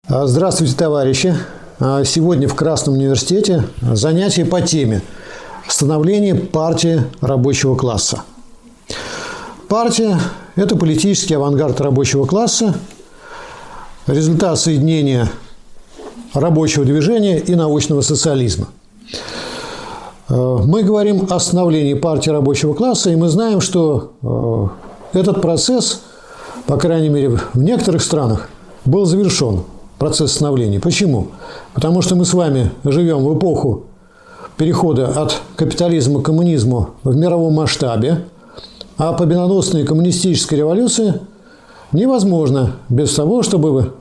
Здравствуйте, товарищи! Сегодня в Красном университете занятие по теме «Становление партии рабочего класса». Партия – это политический авангард рабочего класса, результат соединения рабочего движения и научного социализма. Мы говорим о становлении партии рабочего класса, и мы знаем, что этот процесс, по крайней мере, в некоторых странах, был завершен. Процесс становления. Почему? Потому что мы с вами живем в эпоху перехода от капитализма к коммунизму в мировом масштабе, а победоносная коммунистическая революция невозможна без того, чтобы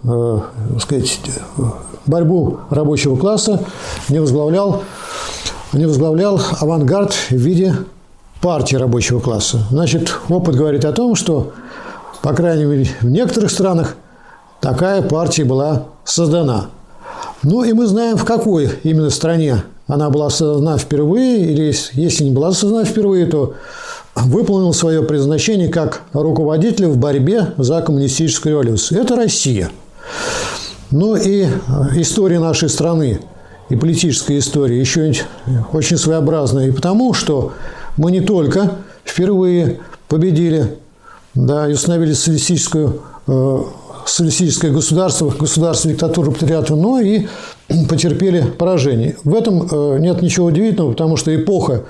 борьбу рабочего класса не возглавлял авангард в виде партии рабочего класса. Значит, опыт говорит о том, что, по крайней мере, в некоторых странах такая партия была создана. Ну и мы знаем, в какой именно стране она была создана впервые, или если не была создана впервые, то выполнил свое предназначение как руководитель в борьбе за коммунистическую революцию. Это Россия. Ну и история нашей страны, и политическая история еще очень своеобразная, и потому, что мы не только впервые победили, да, и установили социалистическое государство, диктатуру пролетариата, но и потерпели поражение. В этом нет ничего удивительного, потому что эпоха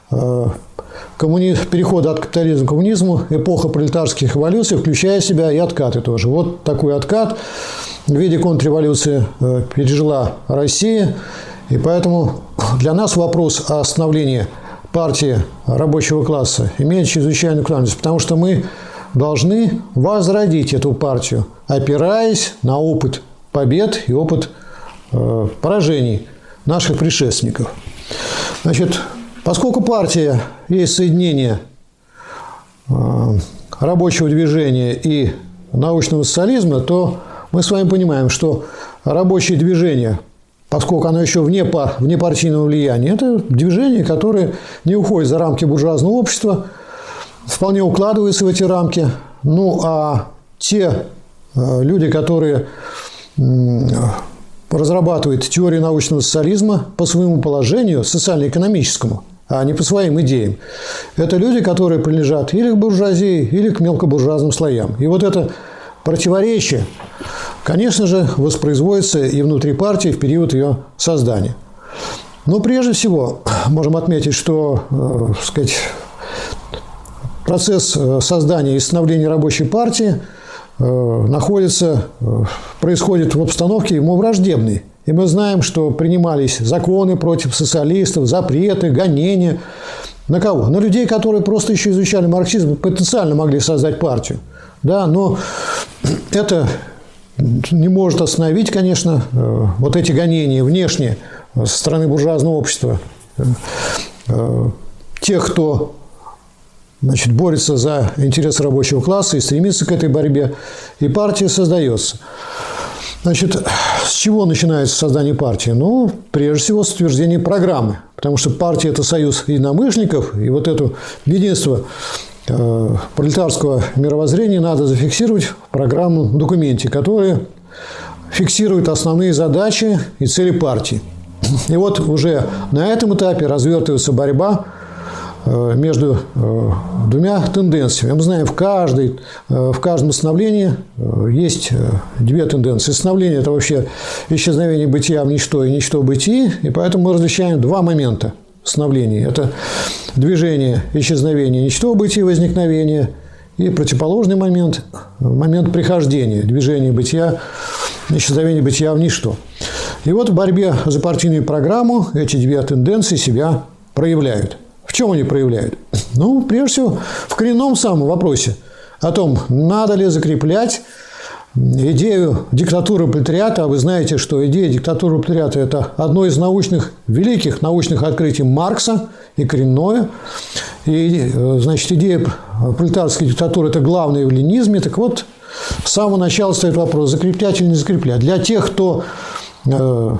перехода от капитализма к коммунизму, эпоха пролетарских революций, включая в себя и откаты тоже. Вот такой откат в виде контрреволюции пережила Россия, и поэтому для нас вопрос о становлении партии рабочего класса имеет чрезвычайную актуальность, потому что мы должны возродить эту партию, опираясь на опыт побед и опыт поражений наших предшественников. Значит, поскольку партия есть соединение рабочего движения и научного социализма, то мы с вами понимаем, что рабочее движение, поскольку оно еще вне партийного влияния, это движение, которое не уходит за рамки буржуазного общества, вполне укладываются в эти рамки. Ну, а те люди, которые разрабатывают теорию научного социализма по своему положению социально-экономическому, а не по своим идеям, это люди, которые принадлежат или к буржуазии, или к мелкобуржуазным слоям. И вот это противоречие, конечно же, воспроизводится и внутри партии в период ее создания. Но прежде всего можем отметить, что, процесс создания и становления рабочей партии происходит в обстановке ему враждебной. И мы знаем, что принимались законы против социалистов, запреты, гонения. На кого? На людей, которые просто еще изучали марксизм, потенциально могли создать партию. Да, но это не может остановить, конечно, вот эти гонения внешние со стороны буржуазного общества. Тех, кто борется за интересы рабочего класса и стремится к этой борьбе, и партия создается. Значит, с чего начинается создание партии? Ну, прежде всего, с утверждения программы, потому что партия – это союз единомышленников, и вот это единство пролетарского мировоззрения надо зафиксировать в программном документе, который фиксирует основные задачи и цели партии. И вот уже на этом этапе развертывается борьба между двумя тенденциями. Мы знаем, в каждом становлении есть две тенденции. Становление – это вообще исчезновение бытия в ничто и ничто в бытии, и поэтому мы различаем два момента становления. Это движение, исчезновение, ничто в бытии, возникновение, и противоположный момент – момент прихождения, движение бытия, исчезновение бытия в ничто. И вот в борьбе за партийную программу эти две тенденции себя проявляют. В чем они проявляют? Ну, прежде всего, в коренном самом вопросе о том, надо ли закреплять идею диктатуры пролетариата. А вы знаете, что идея диктатуры пролетариата – это одно из великих научных открытий Маркса, и коренное. И, значит, идея пролетарской диктатуры – это главное в ленинизме. Так вот, с самого начала стоит вопрос, закреплять или не закреплять. Для тех, кто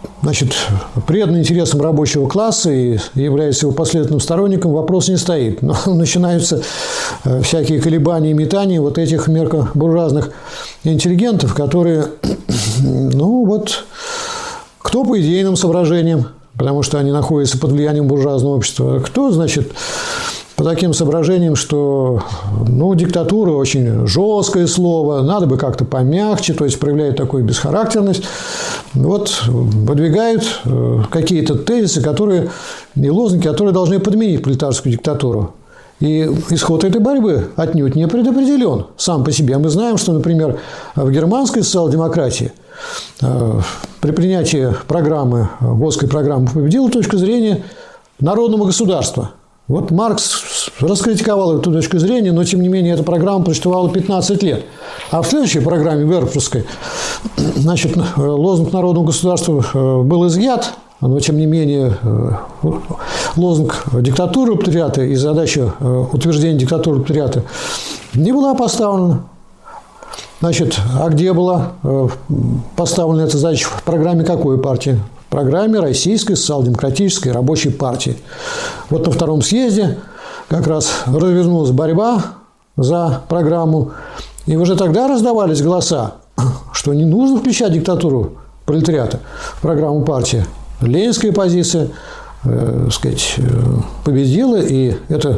значит, предан интересам рабочего класса и является его последовательным сторонником, вопрос не стоит. Но начинаются всякие колебания и метания вот этих мелкобуржуазных интеллигентов, которые, ну вот, кто по идейным соображениям, потому что они находятся под влиянием буржуазного общества, кто, значит, по таким соображениям, что, ну, диктатура очень жесткое слово, надо бы как-то помягче, то есть проявляет такую бесхарактерность. Вот выдвигают какие-то тезисы, которые, и лозунги, которые должны подменить пролетарскую диктатуру. И исход этой борьбы отнюдь не предопределен сам по себе. Мы знаем, что, например, в германской социал-демократии при принятии программы, Готской программы победила точка зрения народного государства. Вот Маркс раскритиковал эту точку зрения, но, тем не менее, эта программа просуществовала 15 лет. А в следующей программе, Вербовской, значит, лозунг народного государства был изъят, но, тем не менее, лозунг диктатуры пролетариата и задача утверждения диктатуры пролетариата не была поставлена. Значит, а где была поставлена эта задача? В программе какой партии? В программе Российской социал-демократической рабочей партии. Вот на втором съезде как раз развернулась борьба за программу. И уже тогда раздавались голоса, что не нужно включать диктатуру пролетариата в программу партии. Ленинская позиция, сказать, победила, и это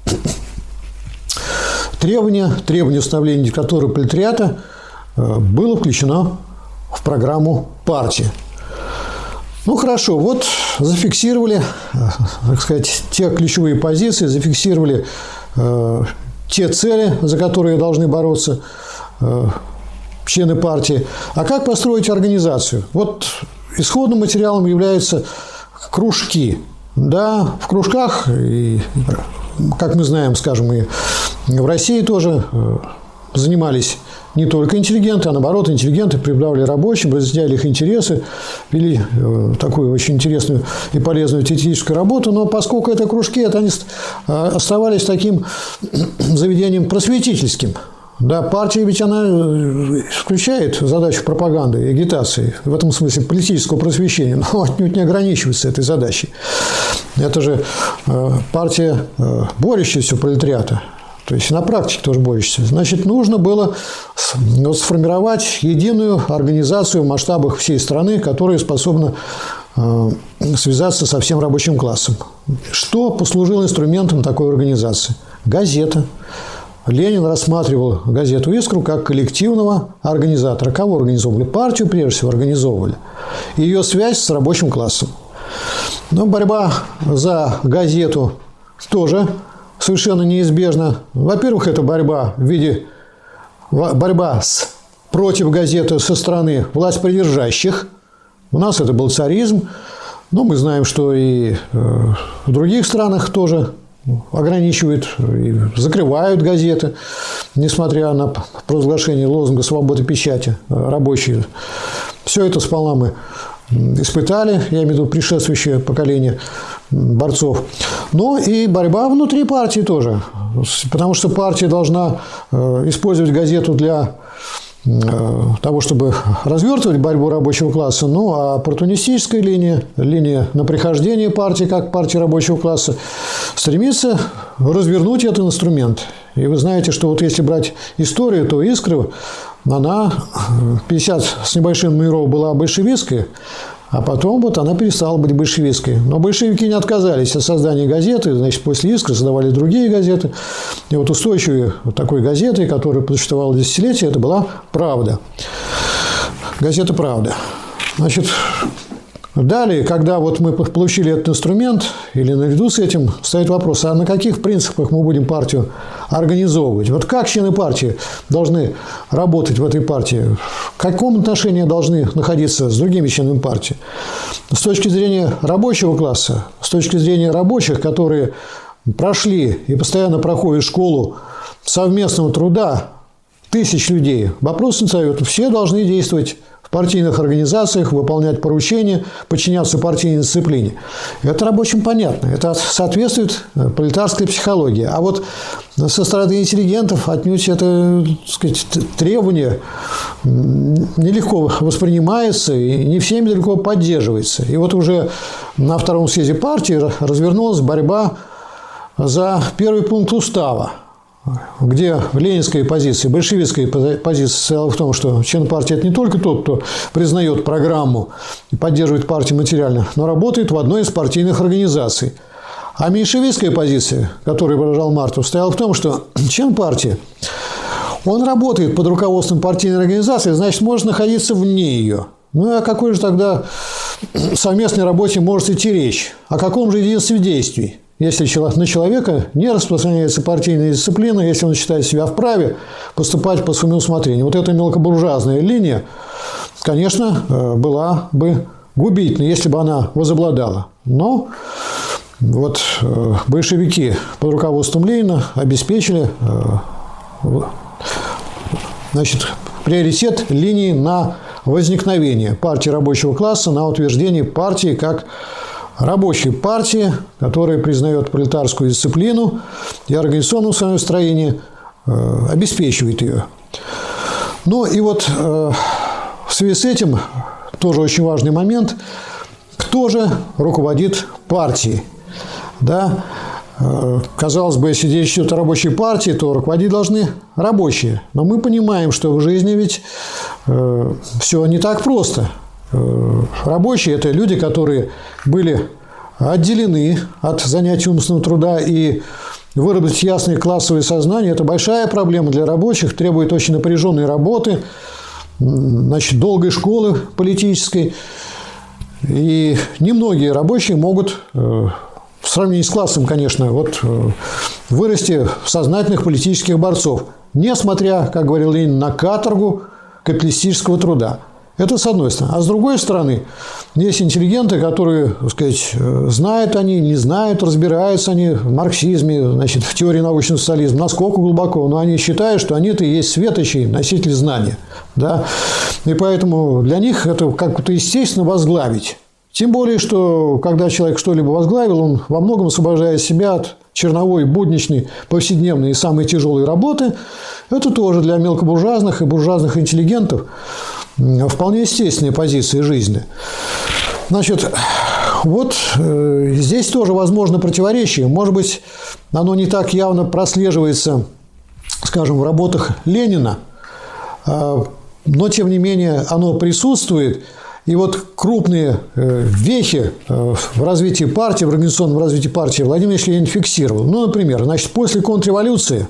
требование установления диктатуры пролетариата было включено в программу партии. Ну, хорошо, вот зафиксировали, так сказать, те ключевые позиции, зафиксировали те цели, за которые должны бороться члены партии. А как построить организацию? Вот исходным материалом являются кружки. Да, в кружках, и, как мы знаем, скажем, и в России тоже занимались не только интеллигенты, а наоборот, интеллигенты прибавляли рабочим, разъясняли их интересы, вели такую очень интересную и полезную теоретическую работу, но поскольку это кружки, это они оставались таким заведением просветительским. Да, партия ведь она включает задачу пропаганды и агитации, в этом смысле политического просвещения, но отнюдь не ограничивается этой задачей. Это же партия, борющаяся у пролетариата. То есть на практике тоже борющаяся. Значит, нужно было сформировать единую организацию в масштабах всей страны, которая способна связаться со всем рабочим классом. Что послужило инструментом такой организации? Газета. Ленин рассматривал газету «Искру» как коллективного организатора. Кого организовывали? Партию, прежде всего, организовывали. И ее связь с рабочим классом. Но борьба за газету тоже совершенно неизбежна. Во-первых, это борьба в виде борьба против газеты со стороны властьпридержащих. У нас это был царизм. Но мы знаем, что и в других странах тоже ограничивают и закрывают газеты, несмотря на провозглашение лозунга «Свободы печати» рабочие. Все это сполна мы испытали, я имею в виду предшествующее поколение борцов. Но и борьба внутри партии тоже, потому что партия должна использовать газету для того, чтобы развертывать борьбу рабочего класса, ну, а оппортунистическая линия на прихождение партии, как партии рабочего класса, стремится развернуть этот инструмент. И вы знаете, что вот если брать историю, то «Искра», она 50 с небольшим номеров была большевистская, а потом вот она перестала быть большевистской. Но большевики не отказались от создания газеты, значит, после «Искры» создавали другие газеты. И вот устойчивой вот такой газетой, которая просуществовала десятилетия, это была «Правда». Газета «Правда». Значит, далее, когда вот мы получили этот инструмент, или наряду с этим стоит вопрос, а на каких принципах мы будем партию организовывать? Вот как члены партии должны работать в этой партии? В каком отношении должны находиться с другими членами партии? С точки зрения рабочего класса, с точки зрения рабочих, которые прошли и постоянно проходят школу совместного труда тысяч людей, вопрос не встает. Все должны действовать в партийных организациях, выполнять поручения, подчиняться партийной дисциплине. Это рабочим понятно. Это соответствует пролетарской психологии. А вот со стороны интеллигентов отнюдь это, так сказать, требование нелегко воспринимается и не всеми далеко поддерживается. И вот уже на втором съезде партии развернулась борьба за первый пункт устава, где ленинская позиция, большевистская позиция состояла в том, что член партии – это не только тот, кто признает программу и поддерживает партию материально, но работает в одной из партийных организаций. А меньшевистская позиция, которую выражал Мартов, стояла в том, что член партии, он работает под руководством партийной организации, значит, может находиться вне ее. Ну и о какой же тогда совместной работе может идти речь? О каком же единстве действий? Если на человека не распространяется партийная дисциплина, если он считает себя вправе поступать по своему усмотрению. Вот эта мелкобуржуазная линия, конечно, была бы губительна, если бы она возобладала. Но вот большевики под руководством Ленина обеспечили, значит, приоритет линии на возникновение партии рабочего класса, на утверждение партии как рабочей партии, которая признает пролетарскую дисциплину и организационное свое строение обеспечивает ее. Ну и вот в связи с этим тоже очень важный момент, кто же руководит партией. Да? Казалось бы, если речь идет о рабочей партии, то руководить должны рабочие. Но мы понимаем, что в жизни ведь все не так просто. Рабочие – это люди, которые были отделены от занятий умственного труда, и выработать ясное классовое сознание – это большая проблема для рабочих, требует очень напряженной работы, значит, долгой школы политической. И немногие рабочие могут, в сравнении с классом, конечно, вот, вырасти в сознательных политических борцов, несмотря, как говорил Ленин, на каторгу капиталистического труда. Это с одной стороны. А с другой стороны, есть интеллигенты, которые, так сказать, знают они, не знают, разбираются они в марксизме, значит, в теории научного социализма, насколько глубоко, но они считают, что они-то и есть светочи, носители знания. Да? И поэтому для них это как-то естественно возглавить. Тем более, что когда человек что-либо возглавил, он во многом освобождает себя от черновой, будничной, повседневной и самой тяжелой работы. Это тоже для мелкобуржуазных и буржуазных интеллигентов вполне естественная позиция жизни. Значит, вот здесь тоже возможно противоречие. Может быть, оно не так явно прослеживается, скажем, в работах Ленина, но, тем не менее, оно присутствует. И вот крупные вехи в развитии партии, в организационном развитии партии Владимир Ильич Ленин фиксировал. Ну, например, значит, после контрреволюции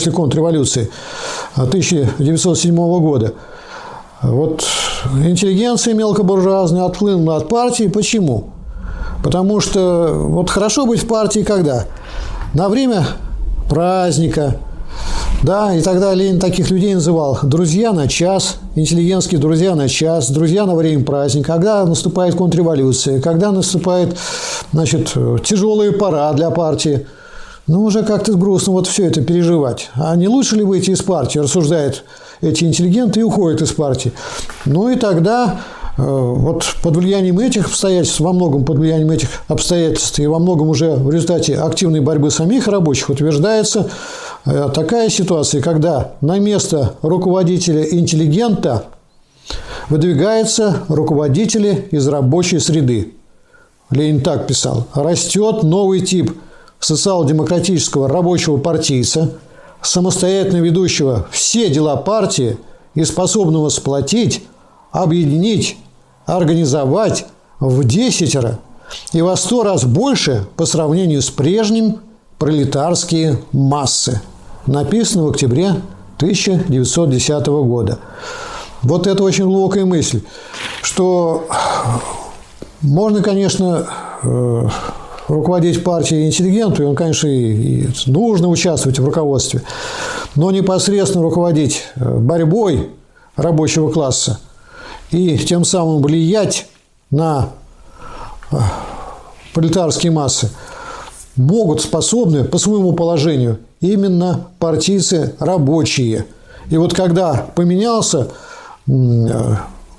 1907 года, вот интеллигенция мелкобуржуазная отхлынула от партии. Почему? Потому что вот хорошо быть в партии когда? На время праздника. Да, и тогда Ленин таких людей называл друзья на час, интеллигентские друзья на час, друзья на время праздника, когда наступает контрреволюция, когда наступает, значит, тяжелая пора для партии. Ну, уже как-то грустно вот все это переживать. А не лучше ли выйти из партии, рассуждают эти интеллигенты, и уходят из партии. Ну, и тогда вот под влиянием этих обстоятельств, во многом под влиянием этих обстоятельств и во многом уже в результате активной борьбы самих рабочих утверждается такая ситуация, когда на место руководителя-интеллигента выдвигаются руководители из рабочей среды. Ленин так писал: «Растет новый тип социал-демократического рабочего партийца, самостоятельно ведущего все дела партии и способного сплотить, объединить, организовать в 10 и во 100 раз больше по сравнению с прежним пролетарские массы». Написано в октябре 1910 года. Вот это очень глубокая мысль, что можно, конечно, руководить партией интеллигенту, и он, конечно, и нужно участвовать в руководстве, но непосредственно руководить борьбой рабочего класса и тем самым влиять на пролетарские массы могут, способны по своему положению именно партийцы рабочие. И вот когда поменялся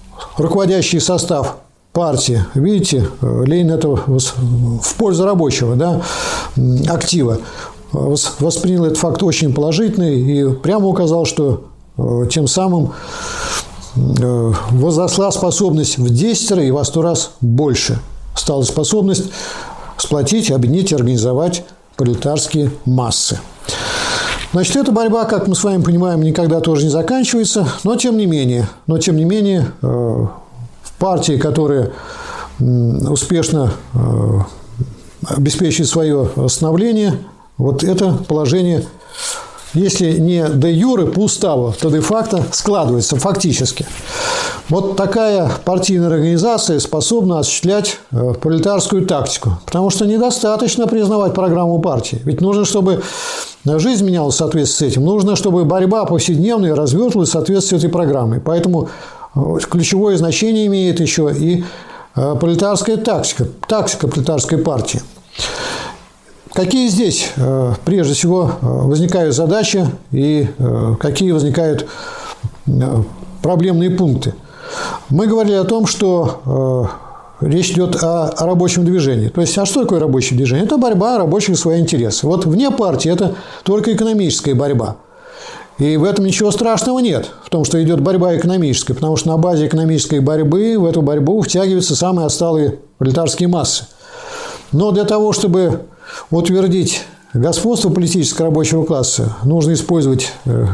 руководящий состав партии, видите, Ленин это в пользу рабочего, да, актива, воспринял этот факт очень положительный и прямо указал, что тем самым возросла способность в 10 и во 100 раз больше. Стала способность сплотить, объединить, организовать пролетарские массы. Значит, эта борьба, как мы с вами понимаем, никогда тоже не заканчивается, но тем не менее в партии, которая успешно обеспечивает свое становление, вот это положение, если не де юре по уставу, то де-факто складывается фактически. Вот такая партийная организация способна осуществлять пролетарскую тактику, потому что недостаточно признавать программу партии. Ведь нужно, чтобы жизнь менялась в соответствии с этим, нужно, чтобы борьба повседневная развертывалась в соответствии с этой программой. Поэтому ключевое значение имеет еще и пролетарская тактика пролетарской партии. Какие здесь, прежде всего, возникают задачи и какие возникают проблемные пункты? Мы говорили о том, что речь идет о рабочем движении. То есть, а что такое рабочее движение? Это борьба рабочих за свои интересы. Вот вне партии это только экономическая борьба. И в этом ничего страшного нет, в том, что идет борьба экономическая, потому что на базе экономической борьбы в эту борьбу втягиваются самые отсталые пролетарские массы. Но для того, чтобы утвердить господство политического рабочего класса, нужно использовать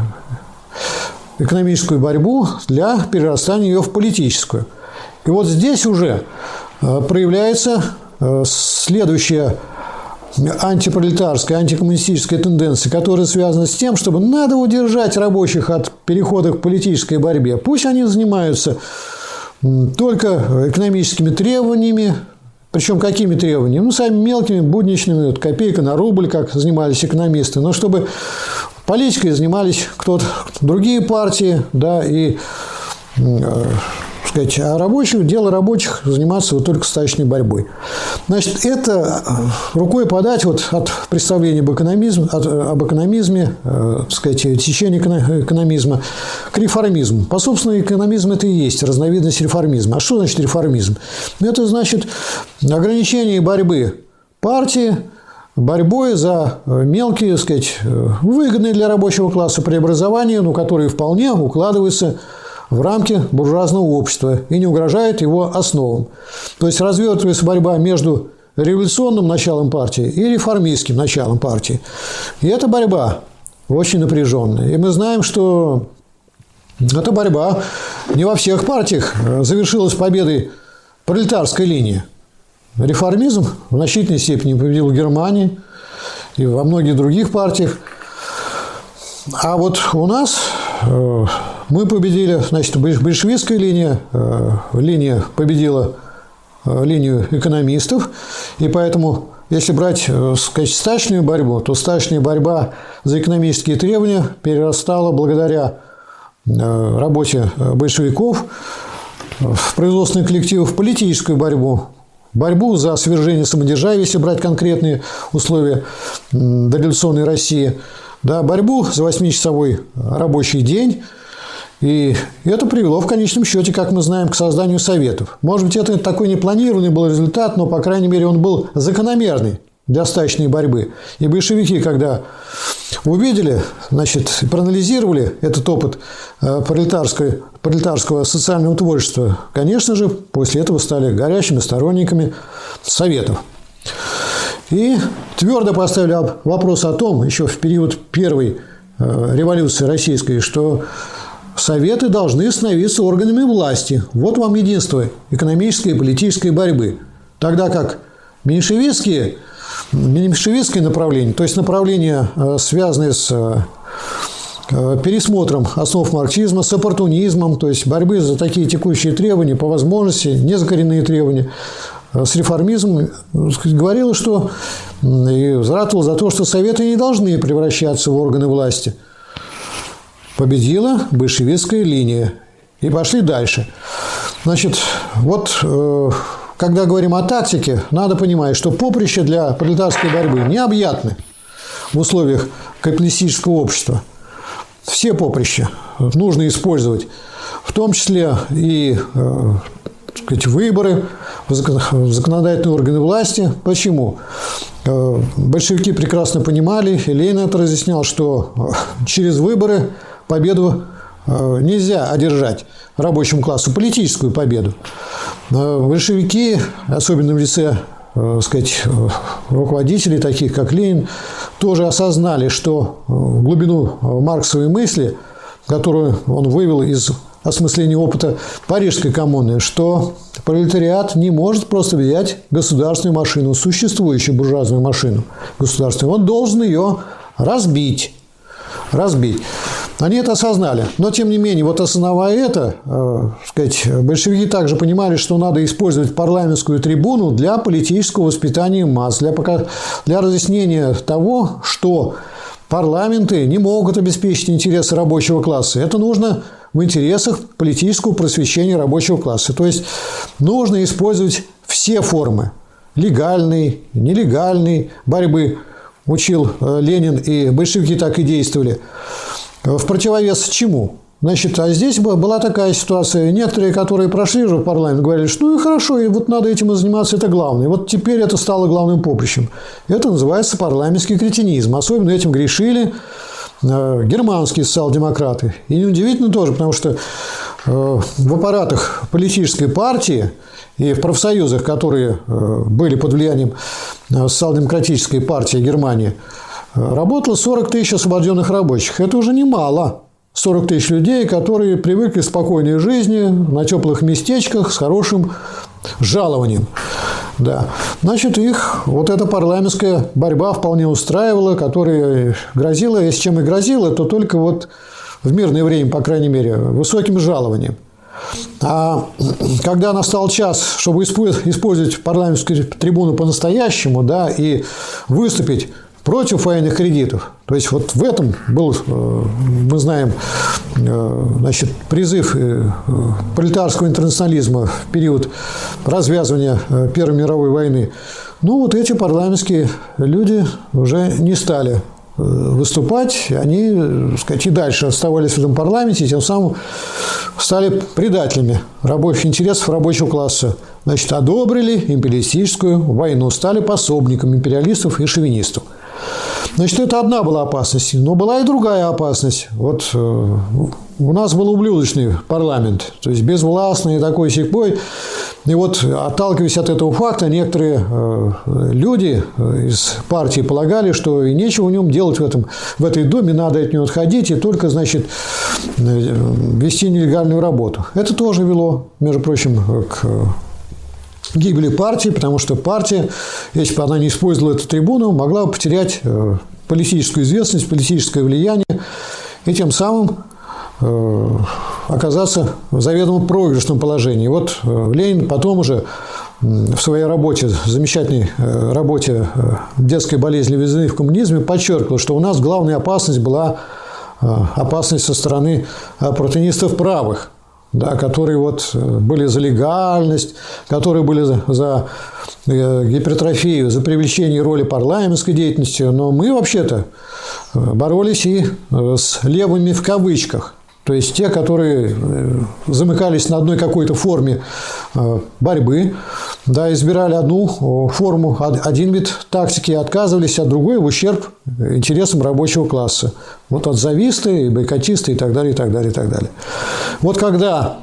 экономическую борьбу для перерастания ее в политическую. И вот здесь уже проявляется следующая антипролетарская, антикоммунистическая тенденция, которая связана с тем, чтобы надо удержать рабочих от перехода к политической борьбе. Пусть они занимаются только экономическими требованиями, причем какими требованиями? Ну, самыми мелкими, будничными, вот, копейка на рубль, как занимались экономисты, но чтобы политикой занимались кто-то, другие партии, да, и сказать, а дело рабочих заниматься вот только стачной борьбой. Значит, это рукой подать вот от представления об экономизме, сказать, течение экономизма к реформизму. По собственному, экономизм это и есть разновидность реформизма. А что значит реформизм? Это значит ограничение борьбы партии борьбой за мелкие, так сказать, выгодные для рабочего класса преобразования, но которые вполне укладываются в рамки буржуазного общества и не угрожает его основам. То есть развертывается борьба между революционным началом партии и реформистским началом партии. И эта борьба очень напряженная. И мы знаем, что эта борьба не во всех партиях завершилась победой пролетарской линии. Реформизм в значительной степени победил в Германии и во многих других партиях. А вот у нас мы победили, значит, большевистская линия победила линию экономистов, и поэтому, если брать, сказать, стачную борьбу, то стачная борьба за экономические требования перерастала благодаря работе большевиков в производственный коллектив в политическую борьбу за свержение самодержавия, если брать конкретные условия дореволюционной России, да, борьбу за 8-часовой рабочий день. И это привело в конечном счете, как мы знаем, к созданию советов. Может быть, это такой непланированный был результат, но, по крайней мере, он был закономерный для стачной борьбы. И большевики, когда увидели, значит, проанализировали этот опыт пролетарского социального творчества, конечно же, после этого стали горячими сторонниками советов. И твердо поставили вопрос о том, еще в период первой революции российской, что советы должны становиться органами власти. Вот вам единство экономической и политической борьбы. Тогда как меньшевистские направления, то есть направления, связанные с пересмотром основ марксизма, с оппортунизмом, то есть борьбы за такие текущие требования, по возможности, незакоренные требования, с реформизмом, говорило, что и ратовало за то, что советы не должны превращаться в органы власти. Победила большевистская линия. И пошли дальше. Значит, вот когда говорим о тактике, надо понимать, что поприща для пролетарской борьбы необъятны в условиях капиталистического общества. Все поприща нужно использовать. в том числе и так сказать, выборы в законодательные органы власти. Почему? Большевики прекрасно понимали, и Ленин это разъяснял, что через выборы победу нельзя одержать рабочему классу, политическую победу. Большевики, особенно в лице, так сказать, руководителей, таких как Ленин, тоже осознали, что глубину марксовой мысли, которую он вывел из осмысления опыта Парижской коммуны, что пролетариат не может просто взять государственную машину, существующую буржуазную машину государственную, он должен ее разбить. Они это осознали. Но, тем не менее, вот осознавая это, сказать, большевики также понимали, что надо использовать парламентскую трибуну для политического воспитания масс, для разъяснения того, что парламенты не могут обеспечить интересы рабочего класса. Это нужно в интересах политического просвещения рабочего класса. То есть, нужно использовать все формы легальной, нелегальной борьбы. Учил Ленин, и большевики так и действовали. В противовес чему? Значит, а здесь была такая ситуация. Некоторые, которые прошли уже в парламент, говорили, что ну и хорошо, и вот надо этим и заниматься, это главное. И вот теперь это стало главным поприщем. Это называется парламентский кретинизм. Особенно этим грешили германские социал-демократы. И неудивительно тоже, потому что в аппаратах политической партии и в профсоюзах, которые были под влиянием социал-демократической партии Германии, работало 40 тысяч освобожденных рабочих. Это уже немало. 40 тысяч людей, которые привыкли к спокойной жизни, на теплых местечках, с хорошим жалованием. Да. Значит, их вот эта парламентская борьба вполне устраивала, которая грозила, если чем и грозила, то только вот в мирное время, по крайней мере, высоким жалованием. А когда настал час, чтобы использовать парламентскую трибуну по-настоящему, да, и выступить против военных кредитов, то есть вот в этом был, мы знаем, значит, призыв пролетарского интернационализма в период развязывания Первой мировой войны. Ну, вот эти парламентские люди уже не стали выступать, они, так сказать, и дальше оставались в этом парламенте, и тем самым стали предателями рабочих интересов рабочего класса. Значит, одобрили империалистическую войну, стали пособниками империалистов и шовинистов. Значит, это одна была опасность, но была и другая опасность. Вот у нас был ублюдочный парламент, то есть безвластный, такой-сякой. И вот, отталкиваясь от этого факта, некоторые люди из партии полагали, что и нечего в нем делать в этой доме, надо от него отходить и только, значит, вести нелегальную работу. Это тоже вело, между прочим, к гибели партии, потому что партия, если бы она не использовала эту трибуну, могла бы потерять политическую известность, политическое влияние и тем самым оказаться в заведомо проигрышном положении. Вот Ленин потом уже в своей работе, замечательной работе «Детская болезнь вины в коммунизме» подчеркивал, что у нас главная опасность была опасность со стороны оппортунистов правых, да, которые вот были за легальность, которые были за гипертрофию, за привлечение роли парламентской деятельности. Но мы вообще-то боролись и с левыми в кавычках. То есть те, которые замыкались на одной какой-то форме борьбы, да, избирали одну форму, один вид тактики, отказывались от другой в ущерб интересам рабочего класса. Вот отзависты, бойкотисты и так далее, и так далее, и так далее. Вот когда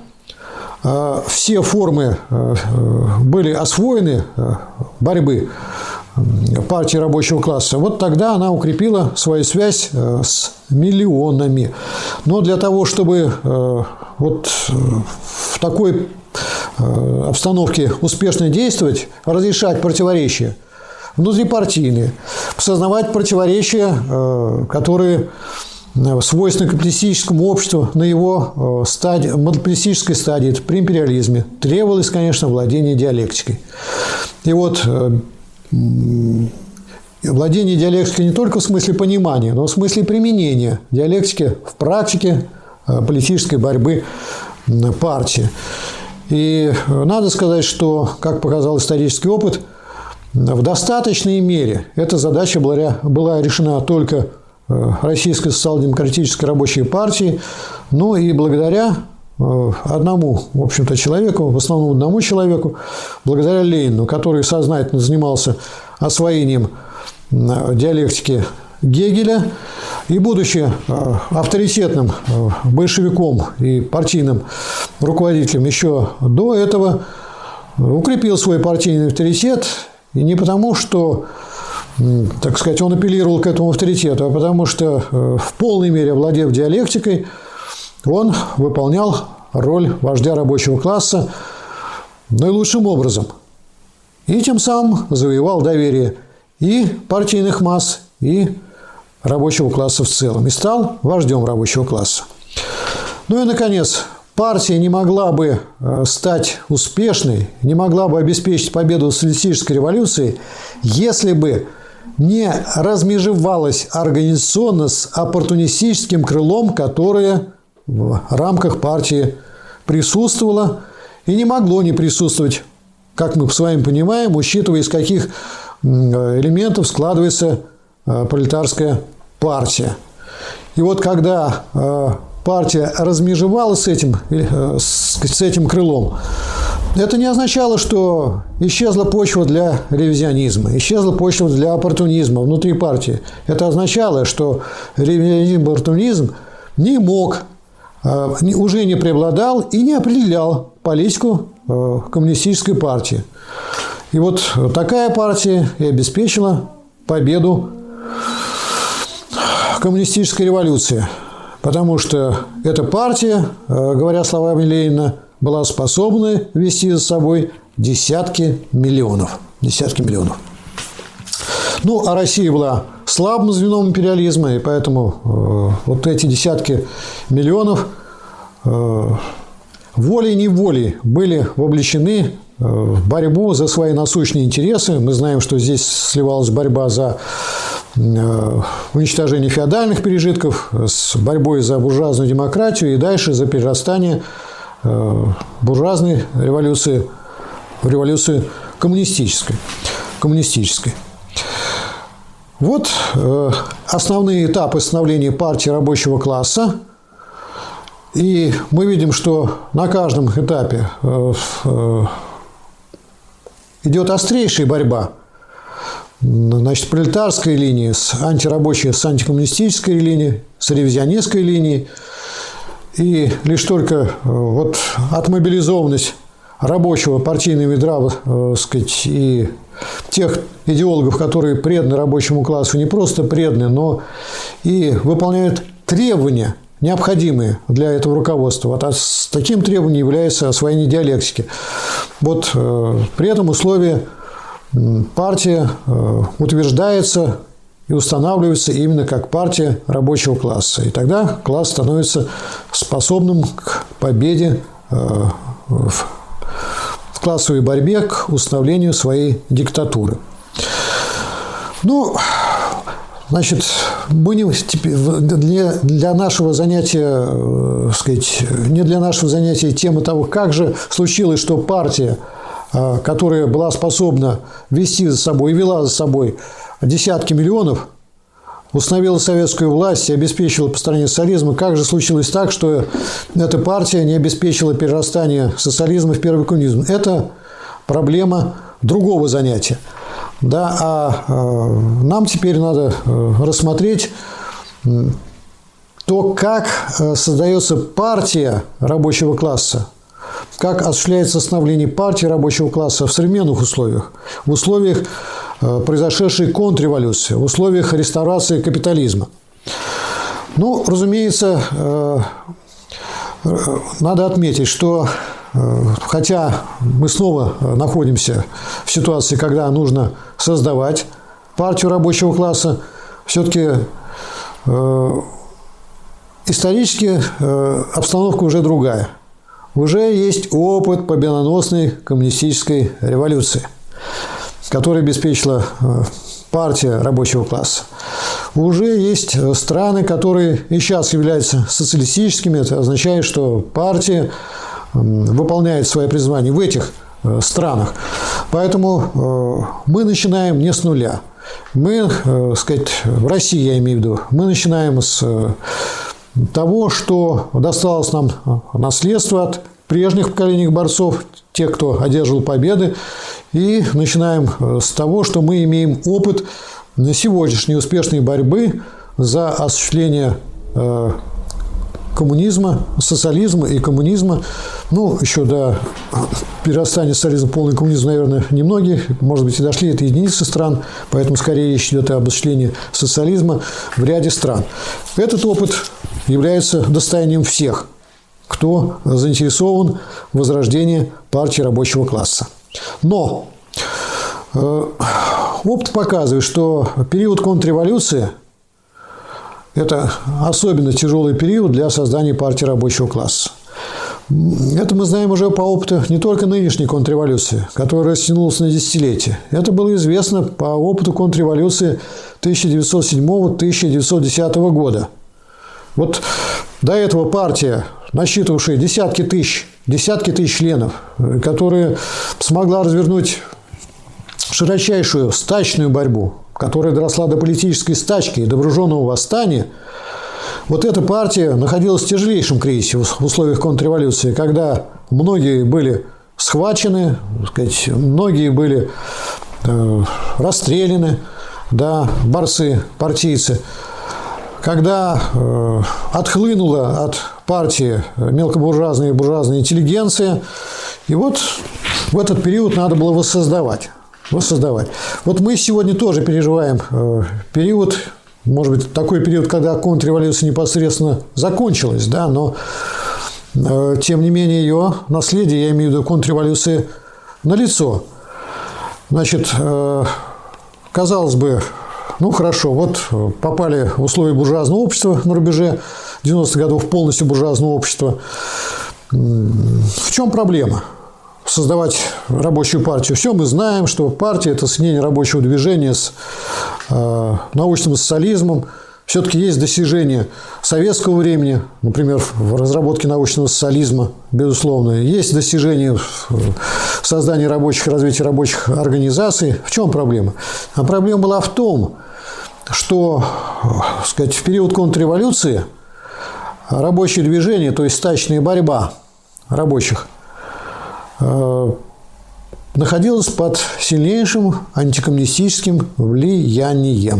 все формы были освоены борьбы партии рабочего класса, вот тогда она укрепила свою связь с миллионами. Но для того, чтобы вот в такой обстановке успешно действовать, разрешать противоречия внутрипартийные, осознавать противоречия, которые свойственны капиталистическому обществу на его монополистической стадии, при империализме, требовалось, конечно, владение диалектикой. И вот владение диалектикой не только в смысле понимания, но в смысле применения диалектики в практике политической борьбы партии. И надо сказать, что, как показал исторический опыт, в достаточной мере эта задача была решена только Российской социал-демократической рабочей партией, но и благодаря одному, в общем-то, человеку, в основном одному человеку, благодаря Ленину, который сознательно занимался освоением диалектики Гегеля и, будучи авторитетным большевиком и партийным руководителем еще до этого, укрепил свой партийный авторитет, и не потому, что, так сказать, он апеллировал к этому авторитету, а потому что в полной мере, овладев диалектикой, он выполнял роль вождя рабочего класса наилучшим образом. И тем самым завоевал доверие и партийных масс, и рабочего класса в целом. И стал вождем рабочего класса. Ну и, наконец, партия не могла бы стать успешной, не могла бы обеспечить победу в социалистической революции, если бы не размежевалась организационно с оппортунистическим крылом, которое в рамках партии присутствовало и не могло не присутствовать, как мы с вами понимаем, учитывая, из каких элементов складывается пролетарская партия. И вот когда партия размежевалась с этим крылом, это не означало, что исчезла почва для ревизионизма, исчезла почва для оппортунизма внутри партии. Это означало, что ревизионизм и оппортунизм не мог, уже не преобладал и не определял политику коммунистической партии. И вот такая партия и обеспечила победу коммунистической революции. Потому что эта партия, говоря словами Ленина, была способна вести за собой десятки миллионов. Десятки миллионов. Ну, а Россия была слабым звеном империализма, и поэтому вот эти десятки миллионов волей-неволей были вовлечены в борьбу за свои насущные интересы. Мы знаем, что здесь сливалась борьба за уничтожение феодальных пережитков с борьбой за буржуазную демократию и дальше за перерастание буржуазной революции в революцию коммунистической. Вот основные этапы становления партии рабочего класса. И мы видим, что на каждом этапе идет острейшая борьба. Значит, пролетарская линия с антирабочей, с антикоммунистической линией, с ревизионистской линией. И лишь только вот отмобилизованность рабочего партийного ядра, сказать, и тех идеологов, которые преданы рабочему классу, не просто преданы, но и выполняют требования, необходимые для этого руководства. Вот с таким требованием является освоение диалектики. Вот при этом условии партия утверждается и устанавливается именно как партия рабочего класса. И тогда класс становится способным к победе в классовой борьбе, к установлению своей диктатуры. Ну, значит, мы для нашего занятия, сказать, не для нашего занятия тема того, как же случилось, что партия, которая была способна вести за собой и вела за собой десятки миллионов, установила советскую власть и обеспечила построение социализма, как же случилось так, что эта партия не обеспечила перерастание социализма в первый коммунизм? Это проблема другого занятия. Да, а нам теперь надо рассмотреть то, как создается партия рабочего класса, как осуществляется становление партии рабочего класса в современных условиях, в условиях произошедшей контрреволюции, в условиях реставрации капитализма. Ну, разумеется, надо отметить, что хотя мы снова находимся в ситуации, когда нужно создавать партию рабочего класса, все-таки исторически обстановка уже другая. Уже есть опыт победоносной коммунистической революции, которую обеспечила партия рабочего класса. Уже есть страны, которые и сейчас являются социалистическими. Это означает, что партия выполняет свои призвания в этих странах. Поэтому мы начинаем не с нуля. Мы, сказать, в России, я имею в виду, мы начинаем с того, что досталось нам наследство от прежних поколений борцов, тех, кто одерживал победы, и начинаем с того, что мы имеем опыт сегодняшней успешной борьбы за осуществление коммунизма, социализма и коммунизма. Ну, еще до перерастания социализма в полный коммунизм, наверное, немногие, может быть, и дошли, это единицы стран, поэтому скорее речь идет об осуществлении социализма в ряде стран. Этот опыт является достоянием всех, кто заинтересован в возрождении партии рабочего класса. Но опыт показывает, что период контрреволюции – это особенно тяжелый период для создания партии рабочего класса. Это мы знаем уже по опыту не только нынешней контрреволюции, которая растянулась на десятилетия. Это было известно по опыту контрреволюции 1907-1910 года. Вот до этого партия, насчитывавшая десятки тысяч членов, которая смогла развернуть широчайшую стачную борьбу, которая доросла до политической стачки и до вооруженного восстания, вот эта партия находилась в тяжелейшем кризисе в условиях контрреволюции, когда многие были схвачены, так сказать, многие были расстреляны, да, борцы, партийцы, когда отхлынула от партии мелкобуржуазная и буржуазная интеллигенция, и вот в этот период надо было воссоздавать. Вот мы сегодня тоже переживаем период, может быть, такой период, когда контрреволюция непосредственно закончилась, да, но тем не менее ее наследие, я имею в виду контрреволюции, налицо. Значит, казалось бы, ну хорошо, вот попали в условия буржуазного общества на рубеже 90-х годов, полностью буржуазного общества. В чем проблема? Создавать рабочую партию. Все мы знаем, что партия – это соединение рабочего движения с научным социализмом. Все-таки есть достижения советского времени, например, в разработке научного социализма, безусловно. Есть достижения в создании рабочих, развития рабочих организаций. В чем проблема? А проблема была в том, что, так сказать, в период контрреволюции рабочее движение, то есть стачная борьба рабочих, находилась под сильнейшим антикоммунистическим влиянием.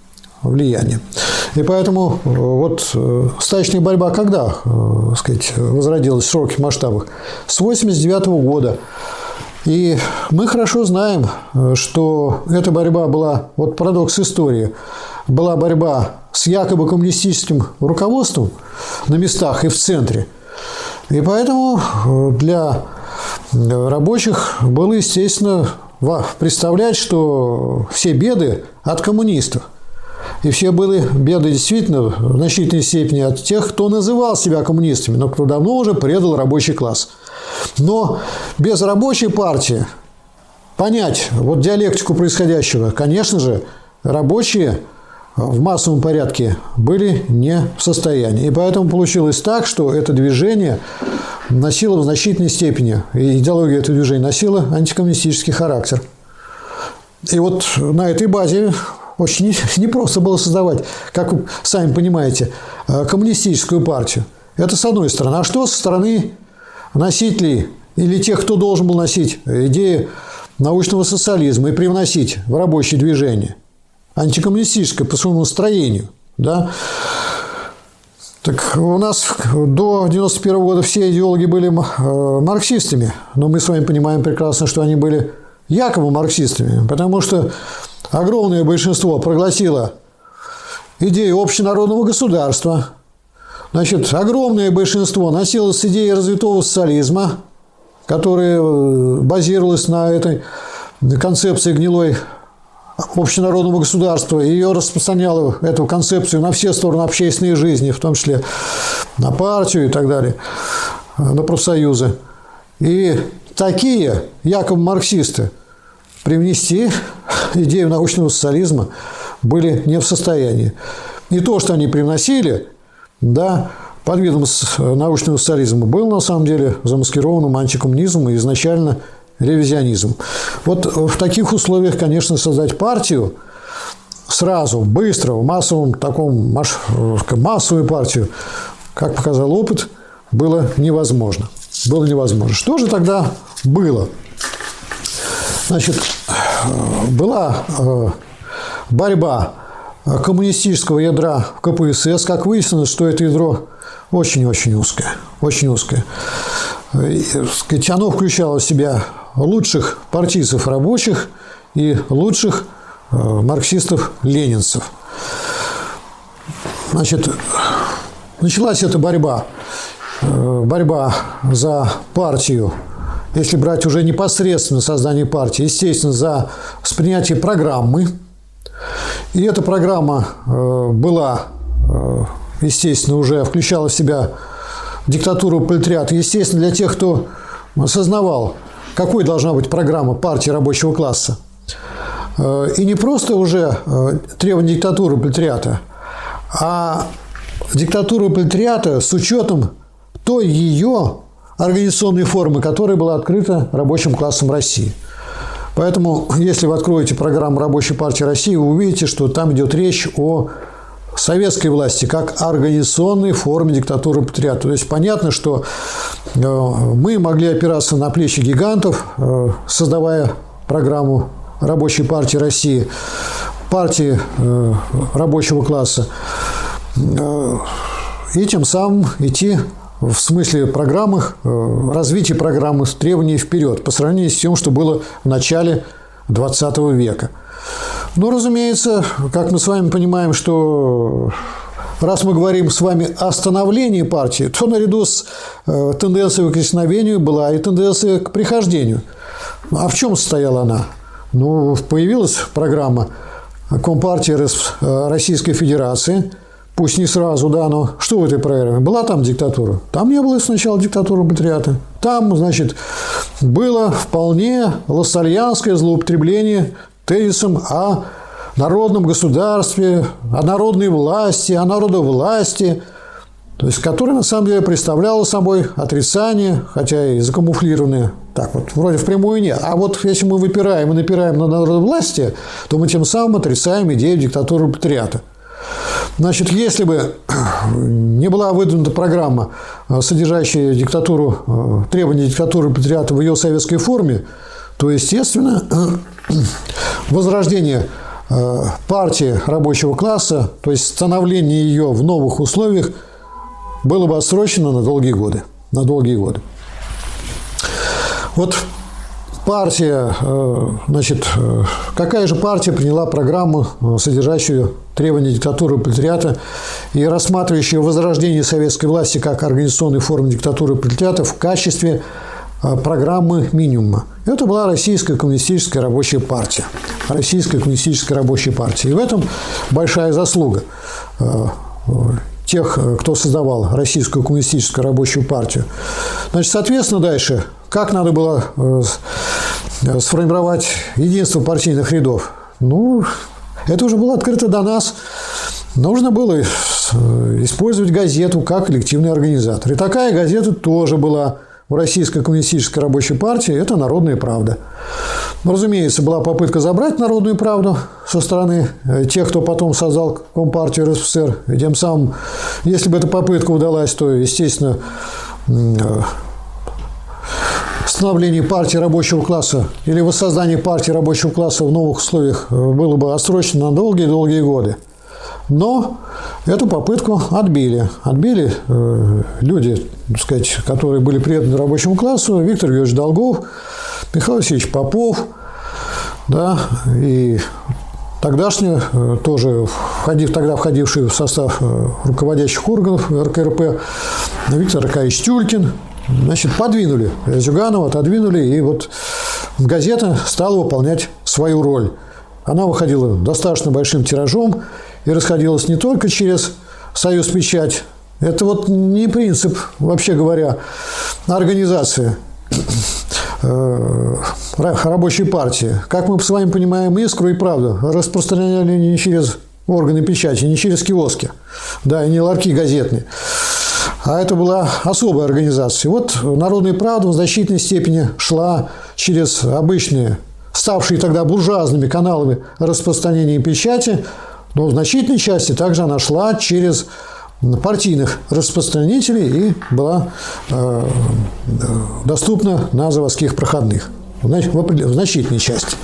И поэтому вот стачная борьба когда, так сказать, возродилась в широких масштабах? С 1989 года. И мы хорошо знаем, что эта борьба была, вот парадокс истории, была борьба с якобы коммунистическим руководством на местах и в центре. И поэтому для рабочих было, естественно, представлять, что все беды от коммунистов. И все были беды действительно в значительной степени от тех, кто называл себя коммунистами, но кто давно уже предал рабочий класс. Но без рабочей партии понять вот диалектику происходящего, конечно же, рабочие в массовом порядке были не в состоянии. И поэтому получилось так, что это движение носило в значительной степени, и идеология этого движения носила антикоммунистический характер. И вот на этой базе очень непросто было создавать, как вы сами понимаете, коммунистическую партию. Это с одной стороны. А что со стороны носителей или тех, кто должен был носить идеи научного социализма и привносить в рабочее движение? Антикоммунистическое по своему настроению. Да? Так у нас до 1991 года все идеологи были марксистами, но мы с вами понимаем прекрасно, что они были якобы марксистами, потому что огромное большинство прогласило идею общенародного государства. Значит, огромное большинство носилось с идеей развитого социализма, которая базировалась на этой концепции гнилой общенародного государства. Ее распространяла, эту концепцию, на все стороны общественной жизни, в том числе на партию и так далее, на профсоюзы. И такие якобы марксисты привнести идею научного социализма были не в состоянии. И то, что они привносили, да, под видом научного социализма, был на самом деле замаскированным антикоммунизмом и изначально ревизионизмом. Вот в таких условиях, конечно, создать партию сразу, быстро, в массовую партию, как показал опыт, было невозможно. Что же тогда было? Значит, была борьба коммунистического ядра в КПСС. Как выяснилось, что это ядро очень-очень узкое. Очень узкое. Оно включало в себя лучших партийцев рабочих и лучших марксистов-ленинцев. Значит, началась эта борьба за партию, если брать уже непосредственно создание партии, естественно, за принятие программы. И эта программа была, естественно, уже включала в себя диктатуру пролетариата. Естественно, для тех, кто осознавал, какой должна быть программа партии рабочего класса. И не просто уже требование диктатуры пролетариата, а диктатура пролетариата с учетом той ее организационной формы, которая была открыта рабочим классом России. Поэтому, если вы откроете программу Рабочей партии России, вы увидите, что там идет речь о советской власти как организационной форме диктатуры пролетариата. То есть понятно, что мы могли опираться на плечи гигантов, создавая программу Рабочей партии России, партии рабочего класса, и тем самым идти в смысле программах, развития программы, требований вперед по сравнению с тем, что было в начале XX века. Но, разумеется, как мы с вами понимаем, что раз мы говорим с вами о становлении партии, то наряду с тенденцией к исчезновению была и тенденция к прихождению. А в чем состояла она? Ну, появилась программа Компартии Российской Федерации. Пусть не сразу, да, но что в этой программе? Была там диктатура? Там не было сначала диктатуры пролетариата. Там, значит, было вполне лассальянское злоупотребление тезисом о народном государстве, о народной власти, о народовласти, то есть, которое на самом деле представляло собой отрицание, хотя и закамуфлированное, так вот, вроде впрямую нет. А вот если мы выпираем и напираем на народовластие, то мы тем самым отрицаем идею диктатуры пролетариата. Значит, если бы не была выдвинута программа, содержащая диктатуру, требования диктатуры пролетариата в ее советской форме, то, естественно, возрождение партии рабочего класса, то есть становление ее в новых условиях, было бы отсрочено на долгие годы. Вот партия, значит, какая же партия приняла программу, содержащую требования диктатуры пролетариата и рассматривающую возрождение советской власти как организационной формы диктатуры пролетариата в качестве программы минимума? Это была Российская коммунистическая рабочая партия. Российская коммунистическая рабочая партия. И в этом большая заслуга тех, кто создавал Российскую коммунистическую рабочую партию. Значит, соответственно, дальше, как надо было сформировать единство партийных рядов? Ну, это уже было открыто до нас. Нужно было использовать газету как коллективный организатор. И такая газета тоже была в Российской коммунистической рабочей партии. Это «Народная правда». Но, разумеется, была попытка забрать «Народную правду» со стороны тех, кто потом создал Компартию РСФСР. И тем самым, если бы эта попытка удалась, то, естественно, становление партии рабочего класса или воссоздание партии рабочего класса в новых условиях было бы отсрочено на долгие-долгие годы. Но эту попытку отбили. Отбили люди, так сказать, которые были преданы рабочему классу: Виктор Георгиевич Долгов, Михаил Васильевич Попов, да, и тогдашний, тоже тогда входивший в состав руководящих органов РКРП Виктор Аркадьевич Тюлькин, значит, подвинули Зюганова, отодвинули, и вот газета стала выполнять свою роль. Она выходила достаточно большим тиражом и расходилась не только через «Союзпечать». Это вот не принцип, вообще говоря, организации рабочей партии. Как мы с вами понимаем, «Искру» и «Правду» распространяли не через органы печати, не через киоски, да, и не ларьки газетные. А это была особая организация. И вот «Народная правда» в значительной степени шла через обычные ставшие тогда буржуазными каналами распространения печати, но в значительной части также она шла через партийных распространителей и была доступна на заводских проходных в значительной части.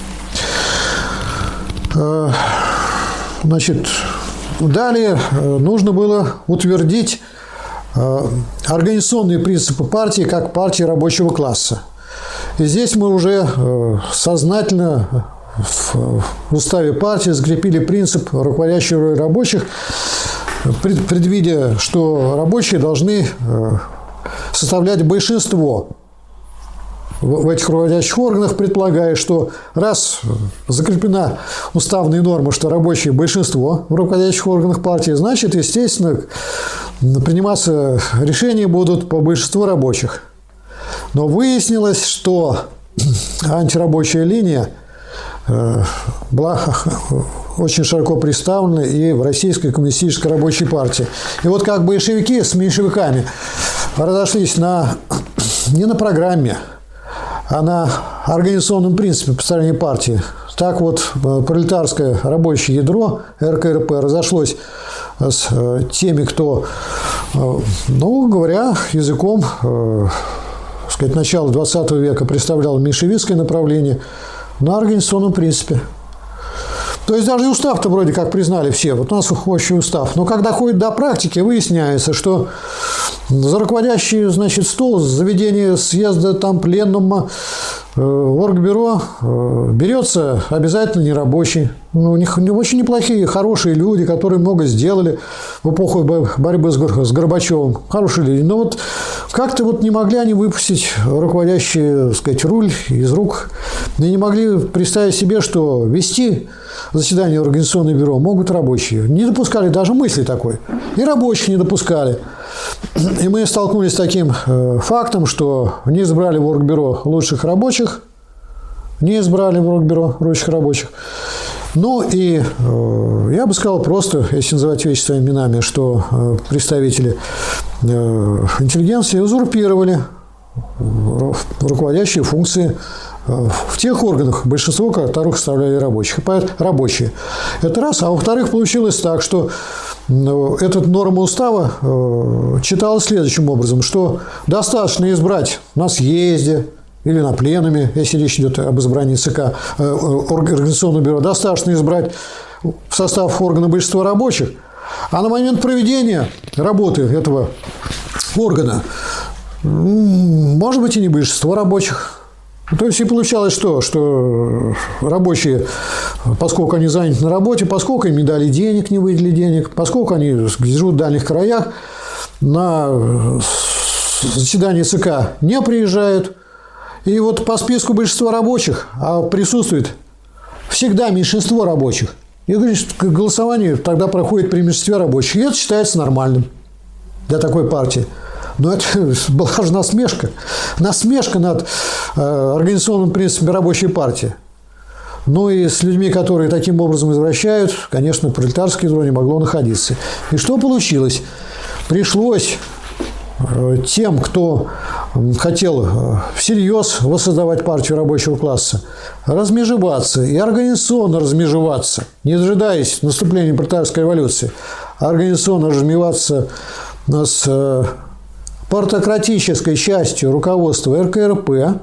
Значит, далее нужно было утвердить организационные принципы партии как партии рабочего класса. И здесь мы уже сознательно в уставе партии закрепили принцип руководящей роли рабочих, предвидя, что рабочие должны составлять большинство в этих руководящих органах, предполагая, что раз закреплена уставная норма, что рабочие большинство в руководящих органах партии, значит, естественно, приниматься решения будут по большинству рабочих. Но выяснилось, что антирабочая линия была очень широко представлена и в Российской коммунистической рабочей партии. И вот как большевики с меньшевиками разошлись не на программе, а на организационном принципе построения партии, так вот пролетарское рабочее ядро РКРП разошлось с теми, кто, ну, говоря языком начала XX века, представлял меньшевистское направление на организационном принципе. То есть даже и устав-то вроде как признали все. Вот у нас общий устав. Но когда ходит до практики, выясняется, что за руководящий, значит, стол заведения съезда там пленума оргбюро берется обязательно нерабочий. Ну, у них очень неплохие, хорошие люди, которые много сделали в эпоху борьбы с Горбачевым. Хорошие люди. Но вот как-то вот не могли они выпустить руководящий, так сказать, руль из рук. И не могли представить себе, что вести заседание организационного бюро могут рабочие. Не допускали даже мысли такой. И рабочих не допускали. И мы столкнулись с таким фактом, что не избрали в оргбюро лучших рабочих, не избрали в оргбюро лучших рабочих. Ну и я бы сказал просто, если называть вещи своими именами, что представители интеллигенции узурпировали руководящие функции в тех органах, большинство которых составляли рабочие. Это раз. А во-вторых, получилось так, что эта норма устава читалась следующим образом, что достаточно избрать на съезде или на пленуме, если речь идет об избрании ЦК, организационного бюро, достаточно избрать в состав органа большинства рабочих, а на момент проведения работы этого органа может быть и не большинство рабочих. То есть и получалось что рабочие, поскольку они заняты на работе, поскольку им не дали денег, не выделили денег, поскольку они живут в дальних краях, на заседание ЦК не приезжают. И вот по списку большинства рабочих, а присутствует всегда меньшинство рабочих, и голосование тогда проходит при меньшинстве рабочих. И это считается нормальным для такой партии. Но это была же насмешка. Насмешка над организационным принципом рабочей партии. Ну и с людьми, которые таким образом извращают, конечно, пролетарское ядро не могло находиться. И что получилось? Пришлось тем, кто хотел всерьез воссоздавать партию рабочего класса, размежеваться и организационно размежеваться, не дожидаясь наступления пролетарской революции, а организационно размежеваться с партократической частью руководства РКРП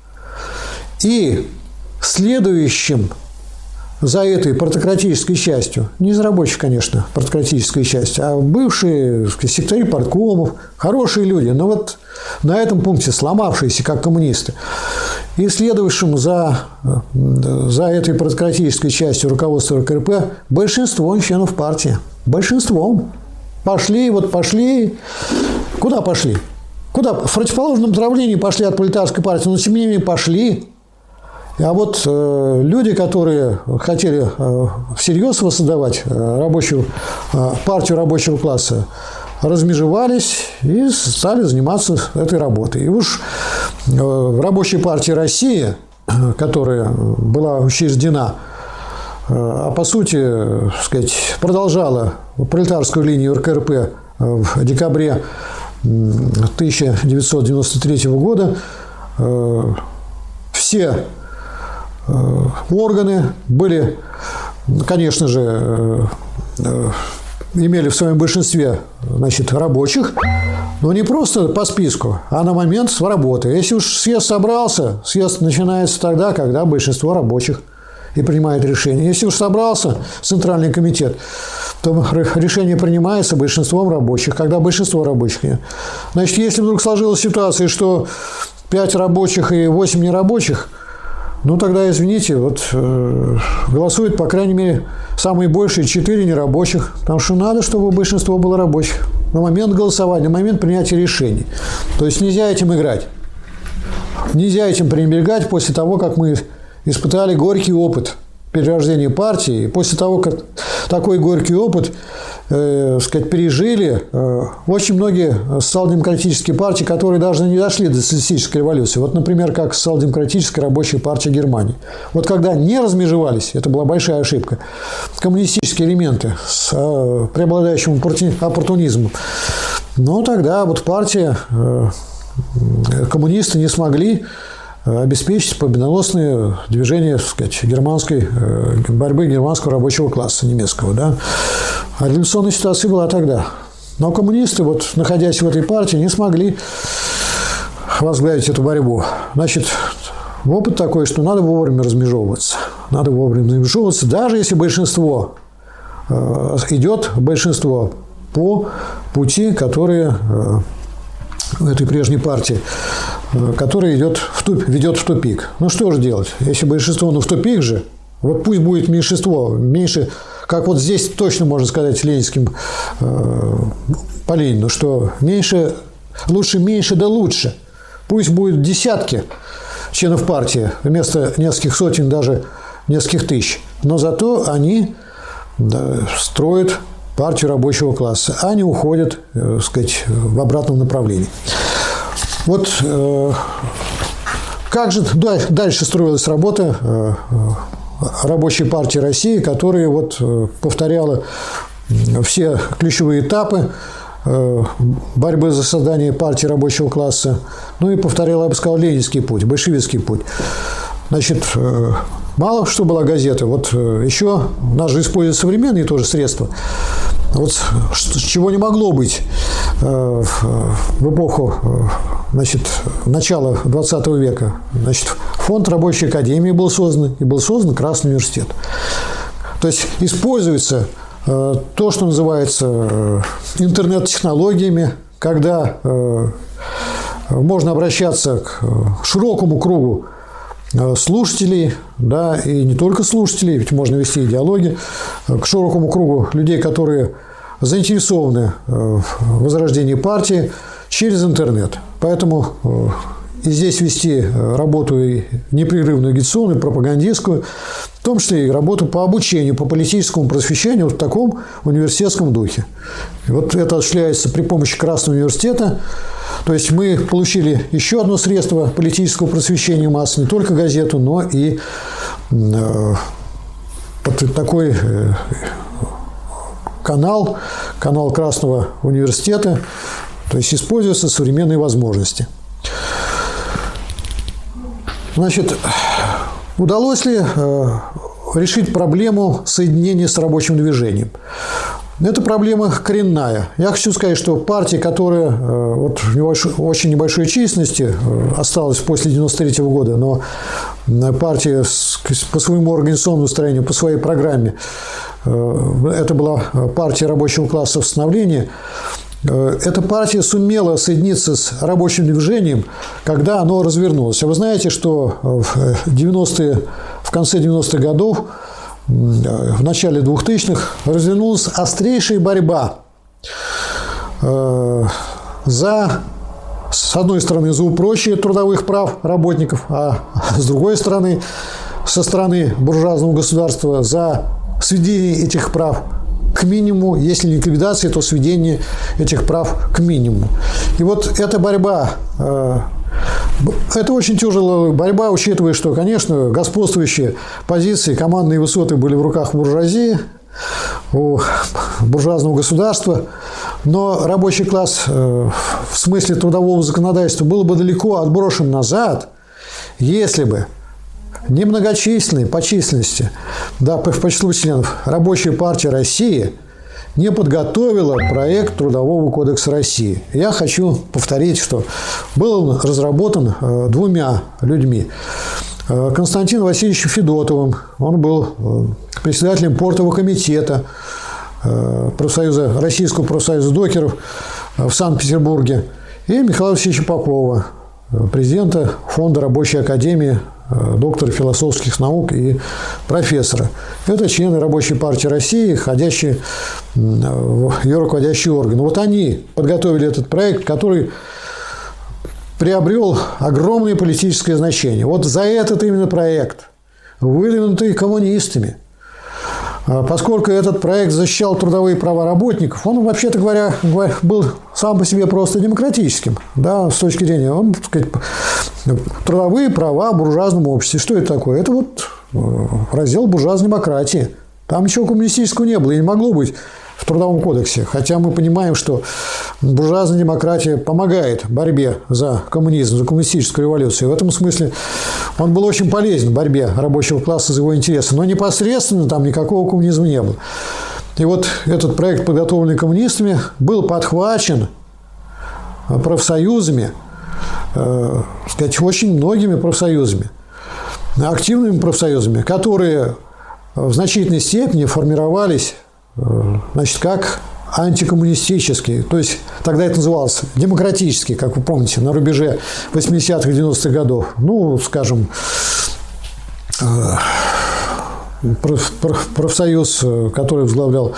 и следующим за этой партократической частью, не из рабочих, конечно, партократической части, а бывшие секретари парткомов, хорошие люди, но вот на этом пункте сломавшиеся, как коммунисты, и следующим за этой партократической частью руководства РКРП большинством членов партии. Большинством. Пошли. Куда пошли? Куда? В противоположном направлении пошли от пролетарской партии, но тем не менее пошли. А вот люди, которые хотели всерьез воссоздавать партию рабочего класса, размежевались и стали заниматься этой работой. И уж в Рабочей партии России, которая была учреждена, а по сути, сказать, продолжала пролетарскую линию РКРП в декабре 1993 года, все органы были, конечно же, имели в своем большинстве, значит, рабочих, но не просто по списку, а на момент работы. Если уж съезд собрался, съезд начинается тогда, когда большинство рабочих и принимает решение. Если уж собрался Центральный комитет, то решение принимается большинством рабочих, когда большинство рабочих нет. Значит, если вдруг сложилась ситуация, что 5 рабочих и 8 нерабочих, ну, тогда, извините, вот голосует, по крайней мере, самые большие 4 нерабочих, потому что надо, чтобы большинство было рабочих на момент голосования, на момент принятия решений. То есть нельзя этим играть. Нельзя этим пренебрегать после того, как мы испытали горький опыт перерождения партии. И после того, как такой горький опыт сказать, пережили очень многие социал-демократические партии, которые даже не дошли до социалистической революции. Вот, например, как социал-демократическая рабочая партия Германии. Вот когда не размежевались, это была большая ошибка, коммунистические элементы с преобладающим оппортунизмом, но тогда вот партия, коммунисты не смогли обеспечить победоносное движение, так сказать, германской борьбы германского рабочего класса немецкого. Да? А революционная ситуация была тогда. Но коммунисты, вот, находясь в этой партии, не смогли возглавить эту борьбу. Значит, опыт такой, что надо вовремя размежевываться. Надо вовремя размежевываться, даже если большинство идет большинство по пути, которые этой прежней партии, которая ведет в тупик. Ну, что же делать? Если большинство, в тупик же, вот пусть будет меньшинство, меньше, как вот здесь точно можно сказать ленинским по Ленину, что меньше, лучше меньше, да лучше. Пусть будет десятки членов партии, вместо нескольких сотен, даже нескольких тысяч. Но зато они строят партию рабочего класса, а не уходят, так сказать, в обратном направлении. Вот как же дальше строилась работа рабочей партии России, которая вот повторяла все ключевые этапы борьбы за создание партии рабочего класса, ну и повторяла, я бы сказал, ленинский путь, большевистский путь. Значит, мало что была газета, вот еще у нас же используют современные тоже средства. Вот чего не могло быть в эпоху, значит, начала 20 века. Значит, фонд рабочей академии был создан, и был создан Красный университет. То есть используется то, что называется интернет-технологиями, когда можно обращаться к широкому кругу слушателей, да, и не только слушателей, ведь можно вести и диалоги, к широкому кругу людей, которые заинтересованы в возрождении партии через интернет. Поэтому и здесь вести работу и непрерывную агитационную, пропагандистскую, в том числе и работу по обучению, по политическому просвещению вот в таком университетском духе. И вот это осуществляется при помощи Красного университета. То есть мы получили еще одно средство политического просвещения масс, не только газету, но и такой канал Красного университета. То есть используются современные возможности. Значит, удалось ли решить проблему соединения с рабочим движением? Это проблема коренная. Я хочу сказать, что партия, которая вот, в очень небольшой численности осталась после 1993 года, но партия по своему организационному строению, по своей программе, это была партия рабочего класса восстановления, эта партия сумела соединиться с рабочим движением, когда оно развернулось. А вы знаете, что в конце 90-х годов, в начале 2000-х развернулась острейшая борьба с одной стороны, за упрочение трудовых прав работников, а с другой стороны, со стороны буржуазного государства за сведение этих прав к минимуму, если не ликвидация, то сведение этих прав к минимуму. И вот эта борьба, это очень тяжелая борьба, учитывая, что, конечно, господствующие позиции, командные высоты были в руках буржуазии, у буржуазного государства, но рабочий класс в смысле трудового законодательства был бы далеко отброшен назад, если бы немногочисленной по численности, да, по числу членов, Рабочая партия России не подготовила проект Трудового кодекса России. Я хочу повторить, что был он разработан двумя людьми. Константином Васильевичем Федотовым, он был председателем портового комитета профсоюза, Российского профсоюза докеров в Санкт-Петербурге, и Михаила Васильевича Попова, президента Фонда Рабочей академии, доктора философских наук и профессора. Это члены Рабочей партии России, входящие в ее руководящий орган. Вот они подготовили этот проект, который приобрел огромное политическое значение. Вот за этот именно проект, выдвинутый коммунистами, поскольку этот проект защищал трудовые права работников, он, вообще-то говоря, был сам по себе просто демократическим, да, с точки зрения, он, так сказать, трудовые права в буржуазном обществе. Что это такое? Это вот раздел буржуазной демократии. Там ничего коммунистического не было и не могло быть в Трудовом кодексе. Хотя мы понимаем, что буржуазная демократия помогает борьбе за коммунизм, за коммунистическую революцию. В этом смысле он был очень полезен в борьбе рабочего класса за его интересы. Но непосредственно там никакого коммунизма не было. И вот этот проект, подготовленный коммунистами, был подхвачен профсоюзами, сказать, очень многими профсоюзами, активными профсоюзами, которые в значительной степени формировались, значит, как антикоммунистические, то есть тогда это называлось демократические, как вы помните, на рубеже 80-х, 90-х годов. Ну, скажем, профсоюз, который возглавлял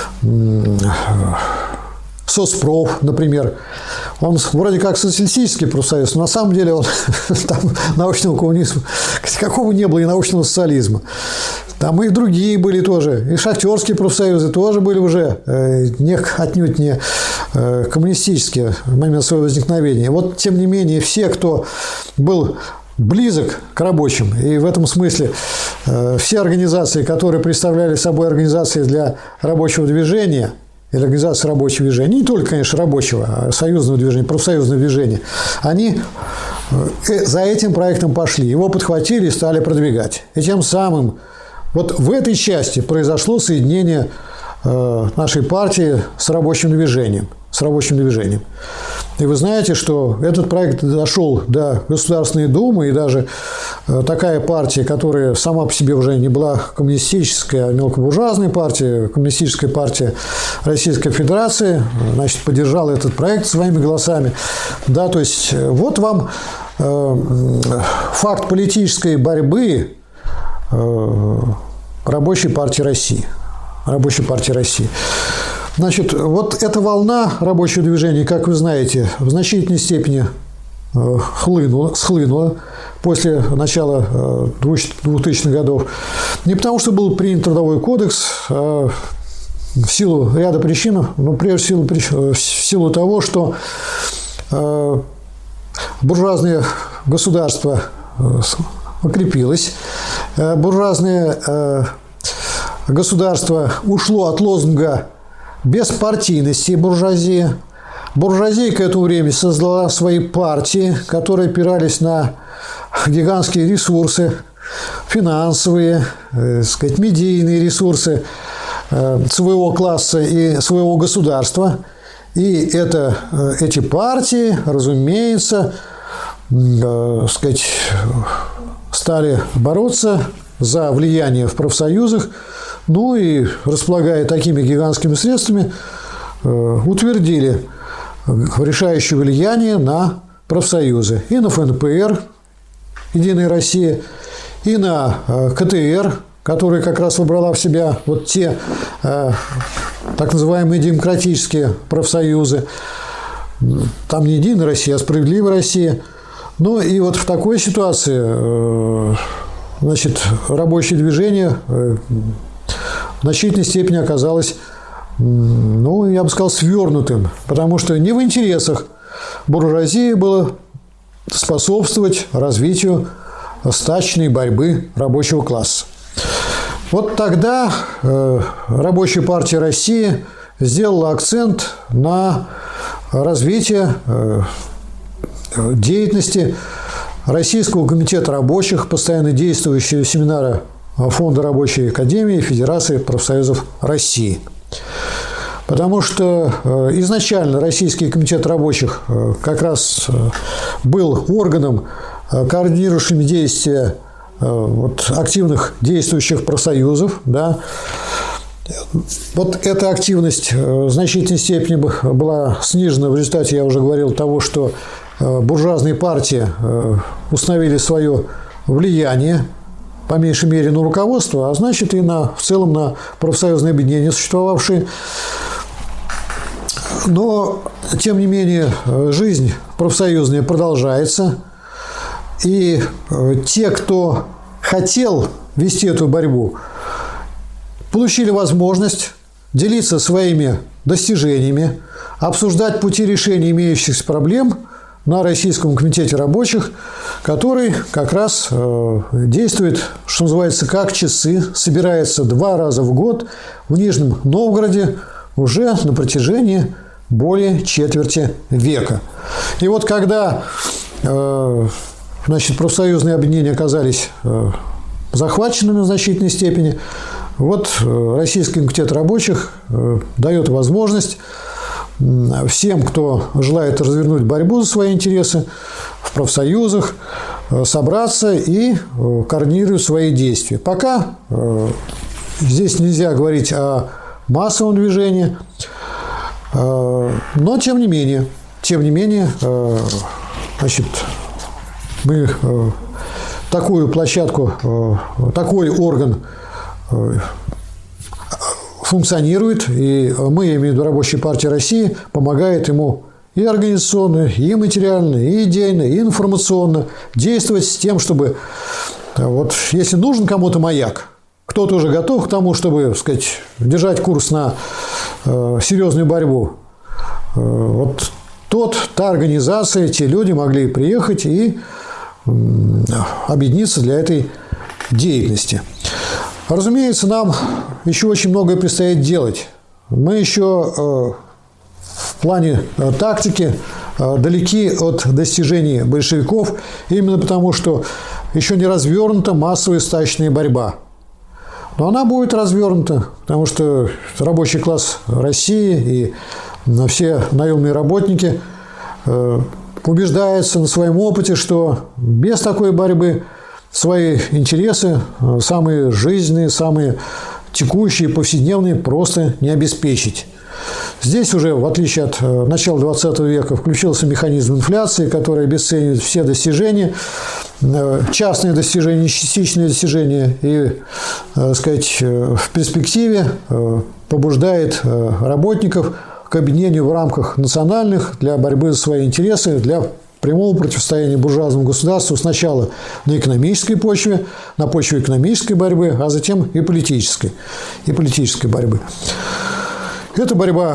Соспроф, например, он вроде как социалистический профсоюз, но на самом деле он там научного коммунизма, какого не было, и научного социализма. Там и другие были тоже, и шахтерские профсоюзы тоже были уже отнюдь не коммунистические в момент своего возникновения. Вот, тем не менее, все, кто был близок к рабочим, и в этом смысле все организации, которые представляли собой организации для рабочего движения, или организации рабочего движения, не только, конечно, рабочего, а союзного движения, профсоюзного движения, они за этим проектом пошли, его подхватили и стали продвигать. И тем самым вот в этой части произошло соединение нашей партии с рабочим движением. И вы знаете, что этот проект дошел до Государственной Думы, и даже такая партия, которая сама по себе уже не была коммунистическая, а мелкобуржуазная партия, коммунистическая партия Российской Федерации, значит, поддержала этот проект своими голосами. Да, то есть вот вам факт политической борьбы Рабочей партии России. Значит, вот эта волна рабочего движения, как вы знаете, в значительной степени схлынула после начала 2000-х годов. Не потому, что был принят Трудовой кодекс, а в силу ряда причин, но прежде всего в силу того, что буржуазное государство укрепилось, буржуазное государство ушло от лозунга беспартийности буржуазии. Буржуазия к этому времени создала свои партии, которые опирались на гигантские ресурсы, финансовые, сказать, медийные ресурсы своего класса и своего государства. И эти партии, разумеется, сказать, стали бороться за влияние в профсоюзах, ну и, располагая такими гигантскими средствами, утвердили решающее влияние на профсоюзы. И на ФНПР, Единая Россия, и на КТР, которая как раз выбрала в себя вот те так называемые демократические профсоюзы. Там не Единая Россия, а Справедливая Россия. Ну и вот в такой ситуации, значит, рабочее движение в значительной степени оказалось, ну, я бы сказал, свернутым, потому что не в интересах буржуазии было способствовать развитию стачной борьбы рабочего класса. Вот тогда Рабочая партия России сделала акцент на развитие деятельности Российского комитета рабочих, постоянно действующего семинара Фонда Рабочей Академии и Федерации профсоюзов России. Потому что изначально Российский комитет рабочих как раз был органом, координирующим действия активных действующих профсоюзов. Да. Вот эта активность в значительной степени была снижена в результате, я уже говорил, того, что буржуазные партии установили свое влияние, по меньшей мере, на руководство, а значит и в целом на профсоюзные объединения, существовавшие. Но, тем не менее, жизнь профсоюзная продолжается, и те, кто хотел вести эту борьбу, получили возможность делиться своими достижениями, обсуждать пути решения имеющихся проблем на Российском комитете рабочих, который как раз действует, что называется, как часы, собирается 2 раза в год в Нижнем Новгороде уже на протяжении более четверти века. И вот когда профсоюзные объединения оказались захваченными в значительной степени, вот Российский комитет рабочих дает возможность всем, кто желает развернуть борьбу за свои интересы в профсоюзах, собраться и координировать свои действия. Пока здесь нельзя говорить о массовом движении, но тем не менее, мы такую площадку, такой орган функционирует, и мы, я имею в виду Рабочая партия России, помогает ему и организационно, и материально, и идейно, и информационно действовать с тем, чтобы если нужен кому-то маяк, кто-то уже готов к тому, чтобы, так сказать, держать курс на серьезную борьбу, та организация, те люди могли приехать и объединиться для этой деятельности. Разумеется, нам еще очень многое предстоит делать. Мы еще в плане тактики далеки от достижений большевиков, именно потому, что еще не развернута массовая стачечная борьба. Но она будет развернута, потому что рабочий класс России и все наемные работники убеждаются на своем опыте, что без такой борьбы свои интересы, самые жизненные, самые текущие, повседневные, просто не обеспечить. Здесь уже, в отличие от начала 20 века, включился механизм инфляции, который обесценивает все достижения, частные достижения, частичные достижения, и, в перспективе побуждает работников к объединению в рамках национальных для борьбы за свои интересы, для прямого противостояния буржуазному государству сначала на экономической почве, на почве экономической борьбы, а затем и политической борьбы. Эта борьба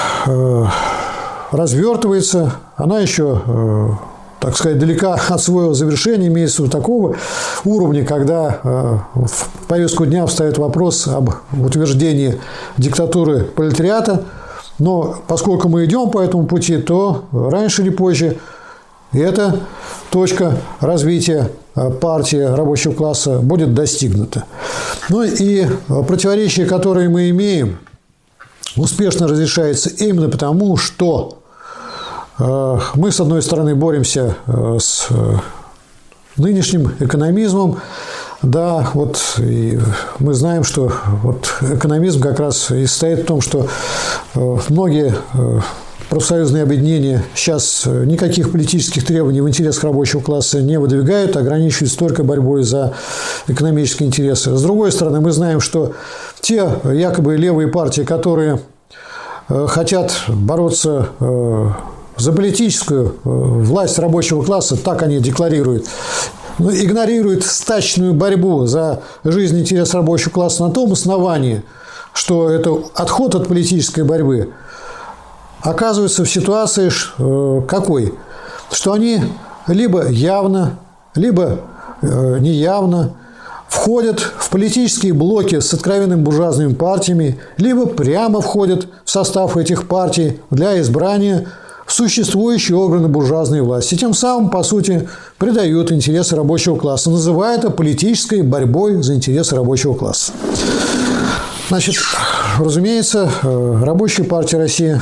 развертывается, она еще, так сказать, далека от своего завершения, имеется в виду такого уровня, когда в повестку дня встает вопрос об утверждении диктатуры пролетариата, но поскольку мы идем по этому пути, то раньше или позже эта точка развития партии рабочего класса будет достигнута. Ну и противоречия, которые мы имеем, успешно разрешается именно потому, что мы, с одной стороны, боремся с нынешним экономизмом. Да, и мы знаем, что экономизм как раз и состоит в том, что многие профсоюзные объединения сейчас никаких политических требований в интересах рабочего класса не выдвигают, ограничиваются только борьбой за экономические интересы. С другой стороны, мы знаем, что те якобы левые партии, которые хотят бороться за политическую власть рабочего класса, так они декларируют, но игнорируют стачечную борьбу за жизнь и интерес рабочего класса на том основании, что это отход от политической борьбы, оказываются в ситуации какой? Что они либо явно, либо неявно входят в политические блоки с откровенными буржуазными партиями, либо прямо входят в состав этих партий для избрания в существующие органы буржуазной власти. Тем самым, по сути, предают интересы рабочего класса, называя это политической борьбой за интересы рабочего класса. Значит, разумеется, Рабочая партия России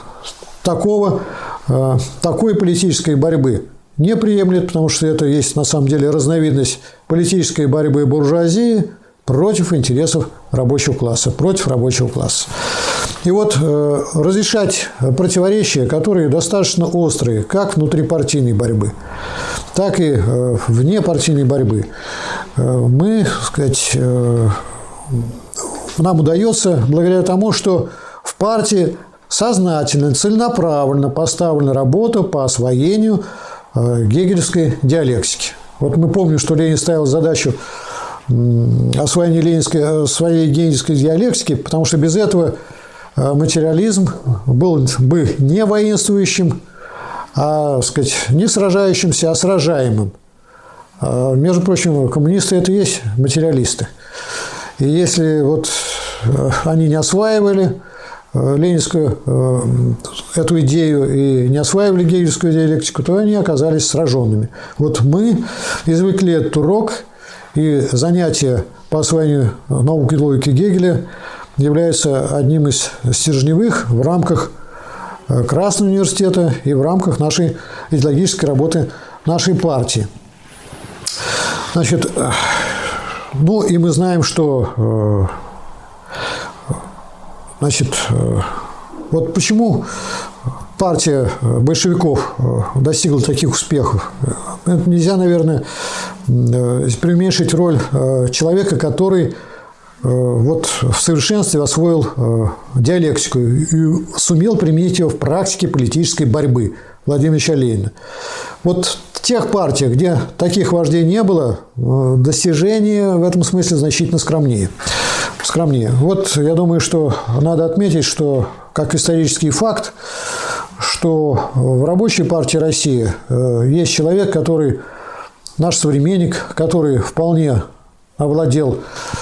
такой политической борьбы не приемлет, потому что это есть на самом деле разновидность политической борьбы буржуазии против интересов рабочего класса, против рабочего класса. И вот разрешать противоречия, которые достаточно острые, как внутрипартийной борьбы, так и внепартийной борьбы, нам удается благодаря тому, что в партии сознательно, целенаправленно поставлена работа по освоению гегелевской диалектики. Вот мы помним, что Ленин ставил задачу освоения своей гегелевской диалектики, потому что без этого материализм был бы не воинствующим, а, сказать, не сражающимся, а сражаемым. Между прочим, коммунисты – это и есть материалисты. И если вот они не осваивали ленинскую эту идею и не осваивали гегельскую диалектику, то они оказались сраженными. Вот мы извлекли этот урок, и занятия по освоению науки и логики Гегеля являются одним из стержневых в рамках Красного университета и в рамках нашей идеологической работы нашей партии. Значит, ну и мы знаем, что вот почему партия большевиков достигла таких успехов. Это нельзя, наверное, преуменьшить роль человека, который вот в совершенстве освоил диалектику и сумел применить ее в практике политической борьбы Владимира Ильича Ленина. Вот в тех партиях, где таких вождей не было, достижения в этом смысле значительно скромнее. Вот я думаю, что надо отметить, что как исторический факт, что в Рабочей партии России есть человек, который наш современник, который вполне овладел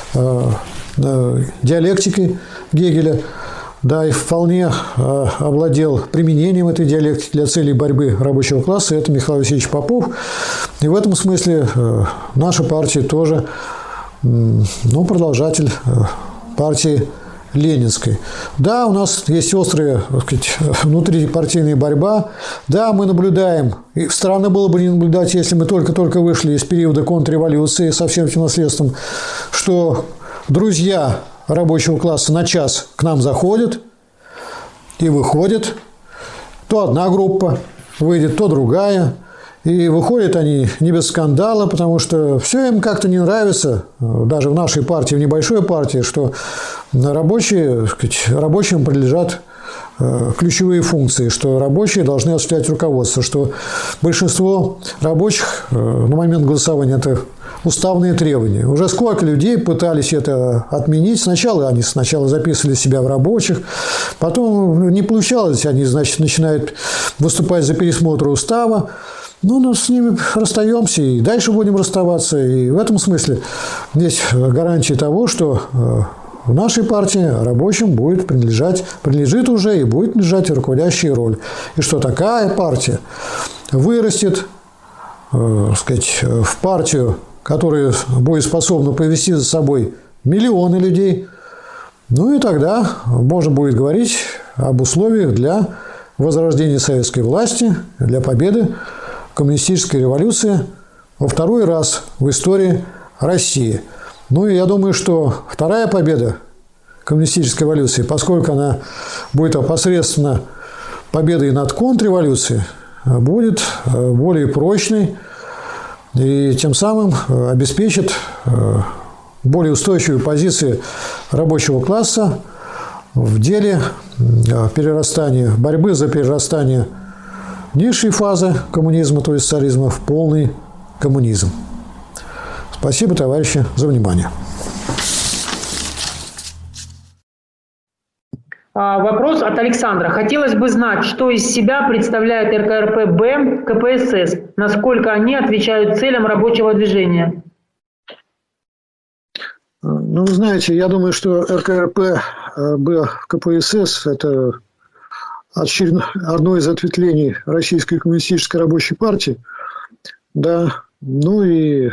диалектикой Гегеля, да, и вполне овладел применением этой диалектики для целей борьбы рабочего класса. Это Михаил Васильевич Попов. И в этом смысле наша партия тоже продолжатель партии ленинской. Да, у нас есть острая, так сказать, внутрипартийная борьба. Да, мы наблюдаем, и странно было бы не наблюдать, если мы только-только вышли из периода контрреволюции со всем этим наследством, что друзья рабочего класса на час к нам заходят и выходят. То одна группа выйдет, то другая. И выходят они не без скандала, потому что все им как-то не нравится, даже в нашей партии, в небольшой партии, что рабочим принадлежат ключевые функции, что рабочие должны осуществлять руководство, что большинство рабочих на момент голосования – это уставные требования. Уже сколько людей пытались это отменить. Сначала они записывали себя в рабочих, потом не получалось, они, значит, начинают выступать за пересмотр устава. Ну, с ними расстаемся и дальше будем расставаться. И в этом смысле есть гарантия того, что в нашей партии рабочим принадлежит уже и будет принадлежать руководящая роль. И что такая партия вырастет, в партию, которая будет способна повести за собой миллионы людей. Ну и тогда можно будет говорить об условиях для возрождения советской власти, для победы коммунистической революции во второй раз в истории России. Ну и я думаю, что вторая победа коммунистической революции, поскольку она будет опосредственно победой над контрреволюцией, будет более прочной и тем самым обеспечит более устойчивые позиции рабочего класса в деле перерастания, борьбы за перерастание низшей фазы коммунизма, то есть социализма, в полный коммунизм. Спасибо, товарищи, за внимание. Вопрос от Александра. Хотелось бы знать, что из себя представляет РКРП-Б, КПСС, насколько они отвечают целям рабочего движения? Ну, вы знаете, я думаю, что РКРП-Б, КПСС – это одно из ответвлений Российской коммунистической рабочей партии. Да, ну и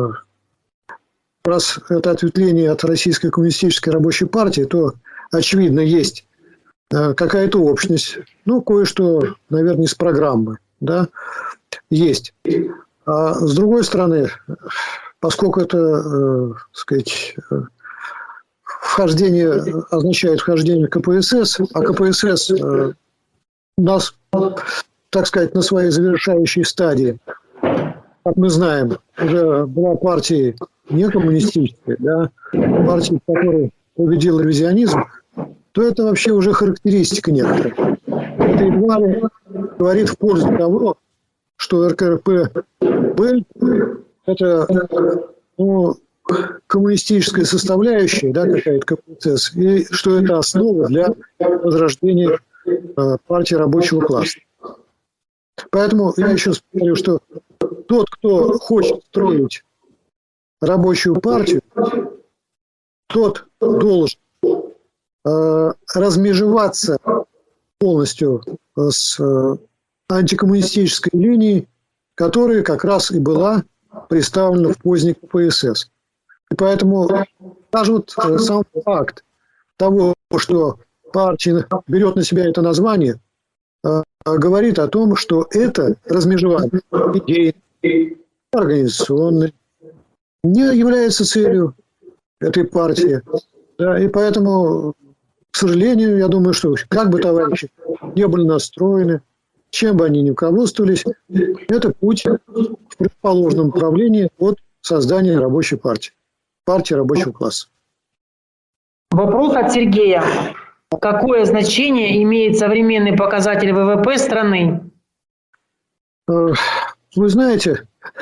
раз это ответвление от Российской коммунистической рабочей партии, то, очевидно, есть какая-то общность. Ну, кое-что, наверное, из программы, да, есть. А с другой стороны, поскольку это, так сказать, вхождение означает вхождение в КПСС, а КПСС у нас, так сказать, на своей завершающей стадии, как мы знаем, уже была партия не коммунистическая, да, партия, которая победила ревизионизм, то это вообще уже характеристика некоторая. Это едва ли говорит в пользу того, что РКРП-Б – это коммунистическая составляющая, да, какая-то КПСС, и что это основа для возрождения партии рабочего класса. Поэтому я еще говорю, что тот, кто хочет строить рабочую партию, тот должен размежеваться полностью с антикоммунистической линией, которая как раз и была представлена в поздней КПСС. И поэтому даже вот сам факт того, что партия берет на себя это название, говорит о том, что это размежевание идейное, организационное не является целью этой партии. Да, и поэтому, к сожалению, я думаю, что как бы товарищи не были настроены, чем бы они ни руководствовались, это путь в предположенном направлении от создания рабочей партии, партии рабочего класса. Вопрос от Сергея. Какое значение имеет современный показатель ВВП страны? Вы знаете,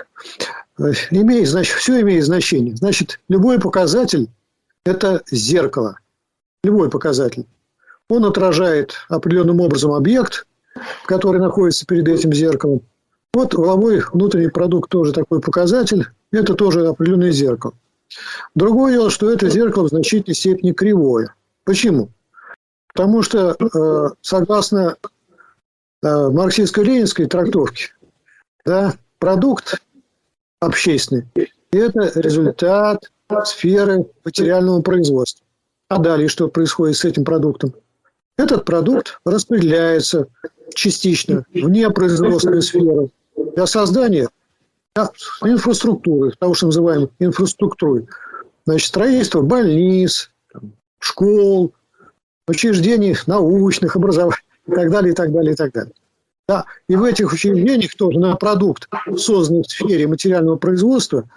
все имеет значение. Значит, любой показатель – это зеркало. Любой показатель. Он отражает определенным образом объект, который находится перед этим зеркалом. Вот валовой внутренний продукт тоже такой показатель. Это тоже определенное зеркало. Другое дело, что это зеркало в значительной степени кривое. Почему? Потому что, согласно марксистско-ленинской трактовке, да, продукт общественный – это результат сферы материального производства. А далее что происходит с этим продуктом? Этот продукт распределяется частично в непроизводственную сферу для создания инфраструктуры, того, что называем инфраструктурой. Значит, строительство больниц, школ, учреждений научных, образовательных и так далее, и так далее, и так далее. Да. И в этих учреждениях тоже на продукт, созданный в сфере материального производства,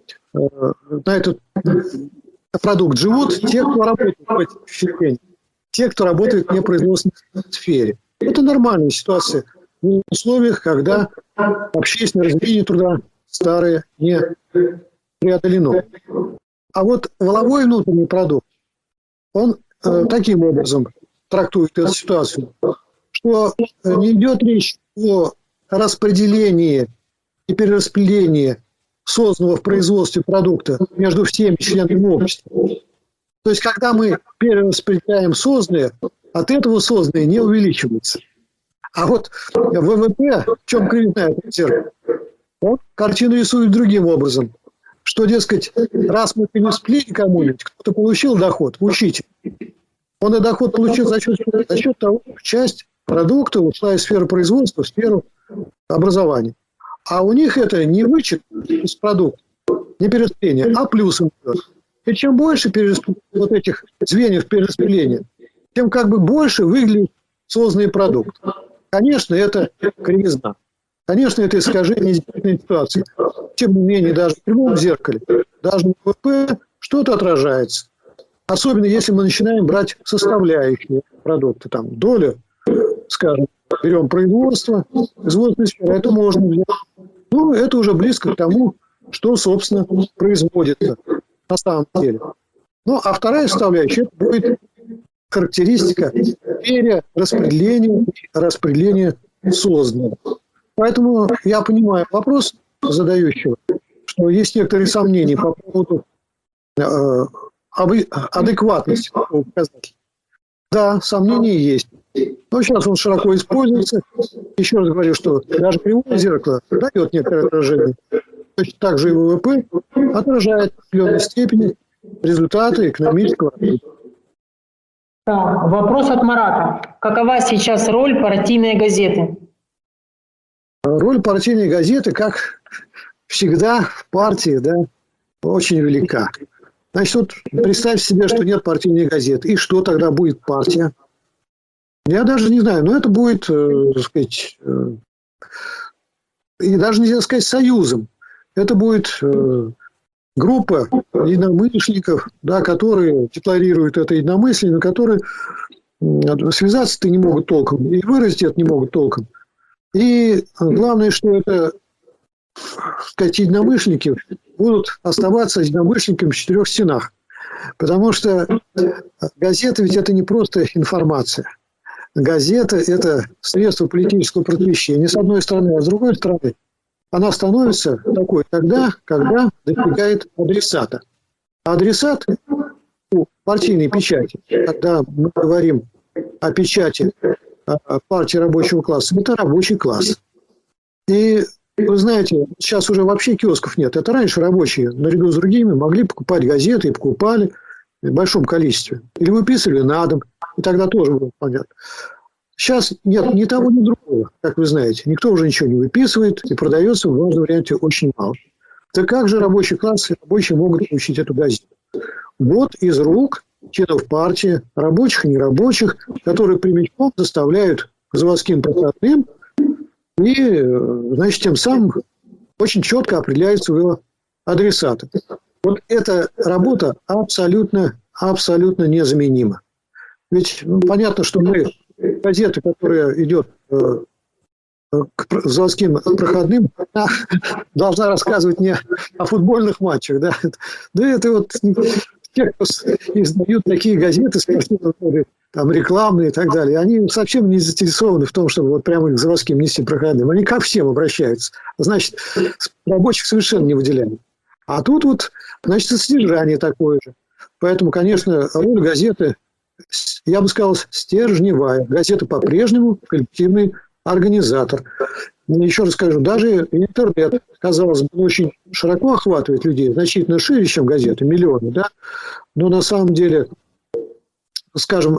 на этот продукт живут те, кто работает в этих учреждениях, те, кто работает в непроизводственной сфере. Это нормальная ситуация в условиях, когда общественное разделение труда старое не преодолено. А вот валовой внутренний продукт, он таким образом трактует эту ситуацию, что не идет речь о распределении и перераспределении созданного в производстве продукта между всеми членами общества. То есть, когда мы перераспределяем созданное, от этого созданное не увеличивается. А вот ВВП, в чем кривизна этого зеркала? Вот картину рисует другим образом. Что, дескать, раз мы перераспределили кому-нибудь, кто-то получил доход, учитель. Он и доход получил за счет того, что часть продукта ушла из сферы производства в сферу образования. А у них это не вычет из продукта, не перераспределение, а плюсом идет. И чем больше вот этих звеньев перераспределения, тем как бы больше выглядит созданный продукт. Конечно, это кривизна. Конечно, это искажение действительной ситуации. Тем не менее, даже в прямом зеркале, даже в ВВП что-то отражается. Особенно, если мы начинаем брать составляющие продукты. Там доля, скажем, берем производство, производственную сферу, это можно взять. Ну, это уже близко к тому, что, собственно, производится на самом деле. Ну, а вторая составляющая – это будет характеристика перераспределения, распределения созданного. Поэтому я понимаю вопрос задающего, что есть некоторые сомнения по поводу адекватности такого показателя. Да, сомнения есть. Но сейчас он широко используется. Еще раз говорю, что даже кривое зеркало дает некоторое отражение. Точно так же и ВВП отражает в определенной степени результаты экономического развития. Так, вопрос от Марата. Какова сейчас роль партийной газеты? Роль партийной газеты, как всегда в партии, да, очень велика. Значит, вот представь себе, что нет партийной газеты. И что тогда будет партия? Я даже не знаю, но это будет, так сказать, и даже нельзя сказать союзом. Это будет группа единомышленников, да, которые декларируют это единомыслие, но которые связаться-то не могут толком, и выразить это не могут толком. И главное, что это, так сказать, единомышленники будут оставаться единомышленниками в четырех стенах. Потому что газета ведь это не просто информация. Газета – это средство политического просвещения, с одной стороны, а с другой стороны, она становится такой тогда, когда достигает адресата. А адресат у партийной печати, когда мы говорим о печати партии рабочего класса, это рабочий класс. И вы знаете, сейчас уже вообще киосков нет. Это раньше рабочие, наряду с другими, могли покупать газеты и покупали в большом количестве. Или выписывали на дом, и тогда тоже было понятно. Сейчас нет ни того, ни другого, как вы знаете. Никто уже ничего не выписывает, и продается в важном варианте очень мало. Так как же рабочий класс и рабочие могут получить эту газету? Вот из рук членов партии, рабочих и нерабочих, которые прямиком доставляют к заводским проходным, и, значит, тем самым очень четко определяются его адресаты. Вот эта работа абсолютно незаменима. Ведь понятно, что мы газета, которая идет к заводским проходным, должна рассказывать не о футбольных матчах. Да, это вот те, кто издают такие газеты, там, рекламные и так далее, они совсем не заинтересованы в том, чтобы вот прямо к заводским нести проходным. Они ко всем обращаются. Значит, рабочих совершенно не выделяют. А тут вот, значит, содержание такое же. Поэтому, конечно, роль газеты, я бы сказал, стержневая. Газета по-прежнему коллективный организатор. Еще раз скажу, даже интернет, казалось бы, очень широко охватывает людей, значительно шире, чем газеты, миллионы, да. Но на самом деле, скажем,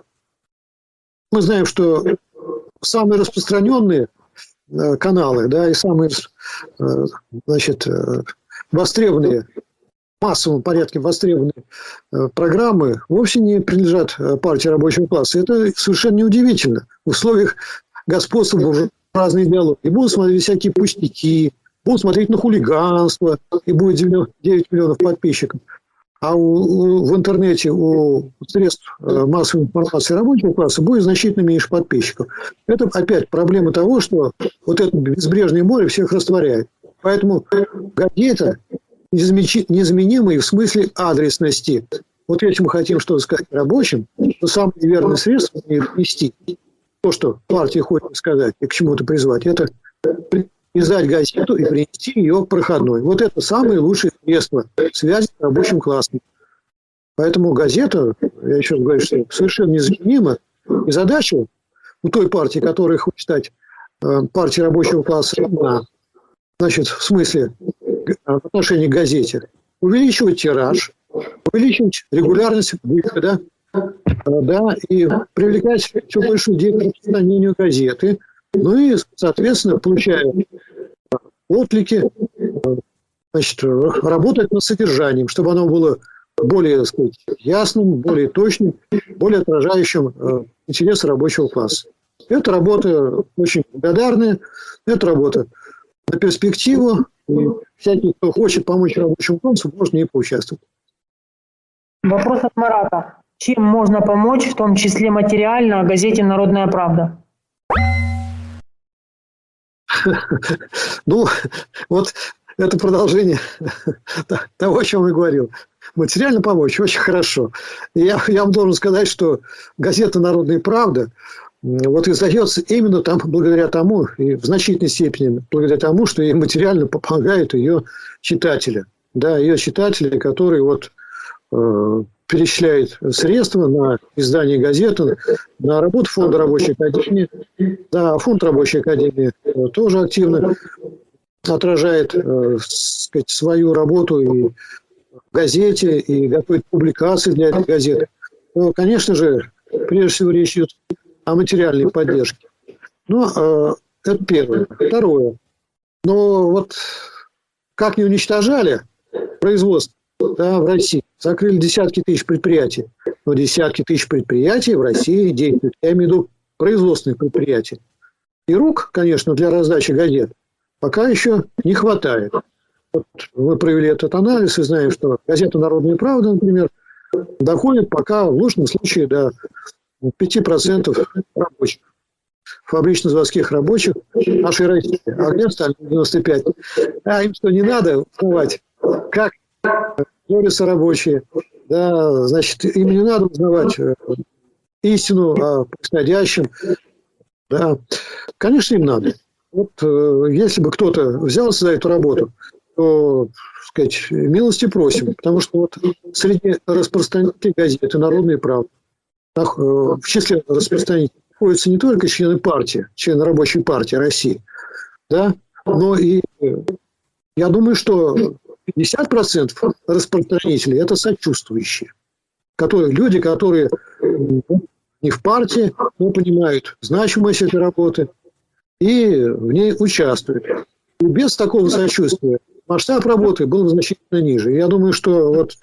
мы знаем, что самые распространенные каналы, да, и самые, значит, востребованные, в массовом порядке востребованные программы вовсе не принадлежат партии рабочего класса. Это совершенно неудивительно. В условиях господства буржуазной идеологии будут смотреть всякие пустяки, будут смотреть на хулиганство, и будет 9 миллионов подписчиков. А в интернете у средств массовой информации рабочего класса будет значительно меньше подписчиков. Это опять проблема того, что вот это безбрежное море всех растворяет. Поэтому газета незаменимый в смысле адресности. Вот если мы хотим что-то сказать рабочим, то самое верное средство нести то, что партия хочет сказать и к чему-то призвать, это издать газету и принести ее к проходной. Вот это самое лучшее средство связи с рабочим классом. Поэтому газета, я еще раз говорю, что совершенно незаменима. И задача у той партии, которая хочет стать партией рабочего класса, значит, в смысле в отношении к газете, увеличивать тираж, увеличивать регулярность выхода, да, и привлекать все больше людей к распространению газеты, ну и, соответственно, получая отклики, значит, работать над содержанием, чтобы оно было более, так сказать, ясным, более точным, более отражающим интересы рабочего класса. Это работа очень благодарная, это работа на перспективу, и всякий, кто хочет помочь рабочему классу, может в ней поучаствовать. Вопрос от Марата. Чем можно помочь, в том числе материально, газете «Народная правда»? Ну, вот это продолжение того, о чем я говорил. Материально помочь очень хорошо. Я вам должен сказать, что газета «Народная правда» вот издается именно там благодаря тому, и в значительной степени благодаря тому, что ей материально помогают ее читатели. Да, ее читатели, которые вот перечисляет средства на издание газеты, на работу фонда рабочей академии. Да, фонд рабочей академии тоже активно отражает, сказать, свою работу и в газете, и готовит публикации для этой газеты. Но, конечно же, прежде всего речь идет о материальной поддержке. Но это первое. Второе. Но вот как не уничтожали производство, да, в России, закрыли десятки тысяч предприятий. Но десятки тысяч предприятий в России действуют. Я имею в виду производственные предприятия. И рук, конечно, для раздачи газет пока еще не хватает. Вот мы провели этот анализ и знаем, что газета «Народная правда», например, доходит пока в лучшем случае до 5% рабочих, фабрично-заводских рабочих нашей России. А где остальные 95%? А им что, не надо узнавать, как борются рабочие? Да, значит, им не надо узнавать истину о происходящем. Да, конечно, им надо. Вот если бы кто-то взялся за эту работу, то, так сказать, милости просим. Потому что вот среди распространителей газеты «Народная правда» в числе распространителей находятся не только члены партии, члены рабочей партии России, да, но и я думаю, что 50% распространителей – это сочувствующие. Люди, которые не в партии, но понимают значимость этой работы и в ней участвуют. И без такого сочувствия масштаб работы был бы значительно ниже. Я думаю, что вот,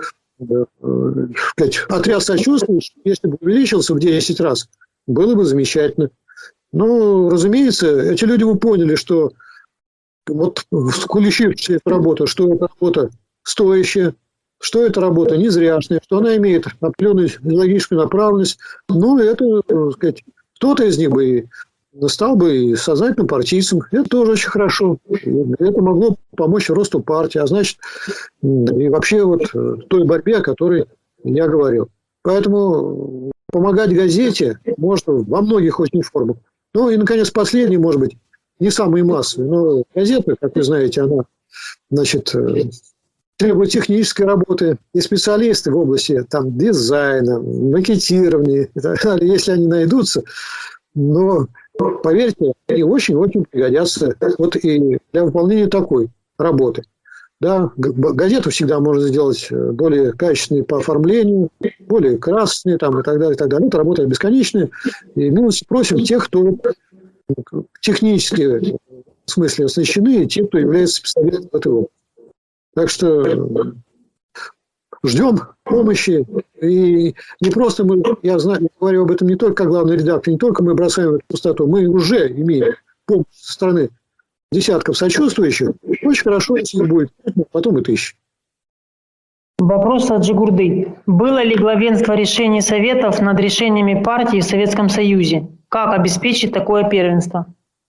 отряд сочувствующих, если бы увеличился в 10 раз, было бы замечательно. Но, разумеется, эти люди бы поняли, что вот включившись эту работу, что эта работа стоящая, что эта работа не зряшная, что она имеет определенную идеологическую направленность. Ну, это, так сказать, кто-то из них бы стал бы сознательным партийцем. Это тоже очень хорошо. Это могло помочь росту партии, а значит, и вообще вот той борьбе, о которой я говорил. Поэтому помогать газете можно во многих очень формах. Ну и, наконец, последний, может быть, не самый массовый, но газета, как вы знаете, она, значит, требует технической работы, и специалисты в области там, дизайна, макетирования и так далее, если они найдутся, но, поверьте, они очень-очень пригодятся вот и для выполнения такой работы. Да, газету всегда можно сделать более качественной по оформлению, более красной там, и так далее, и так далее. Это работа бесконечная. И милости просим тех, кто технически в смысле оснащены, и те, кто является специалистом в этой области. Так что ждем помощи. И не просто мы, я знаю, я говорю об этом не только как главный редактор, не только мы бросаем эту пустоту, мы уже имеем помощь со стороны десятков сочувствующих. Очень хорошо, если будет, потом и тысячи. Вопрос от Джигурды. Было ли главенство решений советов над решениями партии в Советском Союзе? Как обеспечить такое первенство?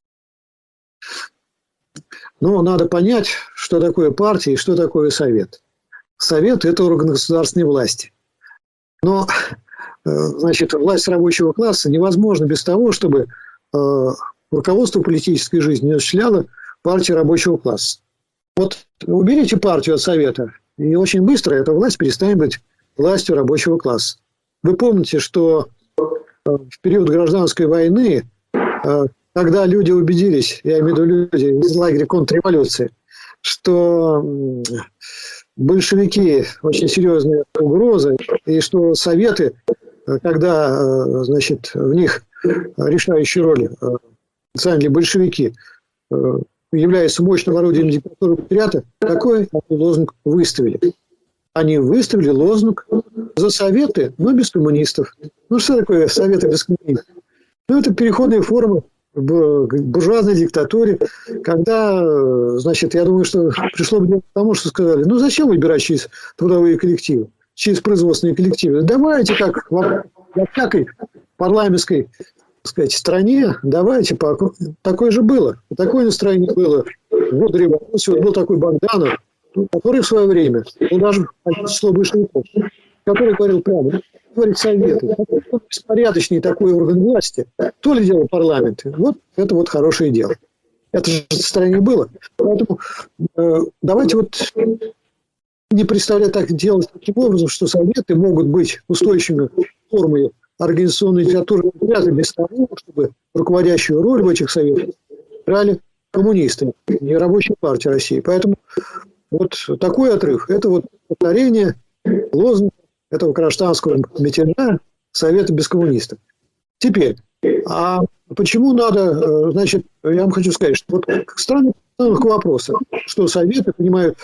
Ну, надо понять, что такое партия и что такое совет. Совет – это орган государственной власти. Но, значит, власть рабочего класса невозможна без того, чтобы руководство политической жизни осуществляло партию рабочего класса. Вот уберите партию от совета, и очень быстро эта власть перестанет быть властью рабочего класса. Вы помните, что в период гражданской войны, когда люди убедились, я имею в виду люди из лагеря контрреволюции, что большевики очень серьезная угроза, и что советы, когда, значит, в них решающую роль заняли большевики, являются мощным орудием диктатуры пролетариата, такой лозунг выставили. Они выставили лозунг за советы, но без коммунистов. Ну, что такое советы без коммунистов? Ну, это переходная форма в буржуазной диктатуре, когда, значит, я думаю, что пришло бы к тому, что сказали, ну, зачем выбирать через трудовые коллективы, через производственные коллективы? Давайте, как во всякой парламентской, так сказать, стране, давайте, такое же было. Такое настроение было в годы революции. Вот был такой Богданов, который в свое время, он даже число большевиков, который говорил прямо, говорит советы, беспорядочный такой орган власти, то ли дело парламент. Вот это вот хорошее дело. Это же в стране было. Поэтому давайте вот не представляют так делать таким образом, что советы могут быть устойчивыми формой организационной литературы без того, чтобы руководящую роль в этих советах играли коммунисты, не Рабочая партия России. Поэтому вот такой отрыв – это вот повторение лозунга этого кронштадтского мятежа Совета без коммунистов. Теперь, а почему надо, значит, я вам хочу сказать, что вот странный вопрос, что Советы принимают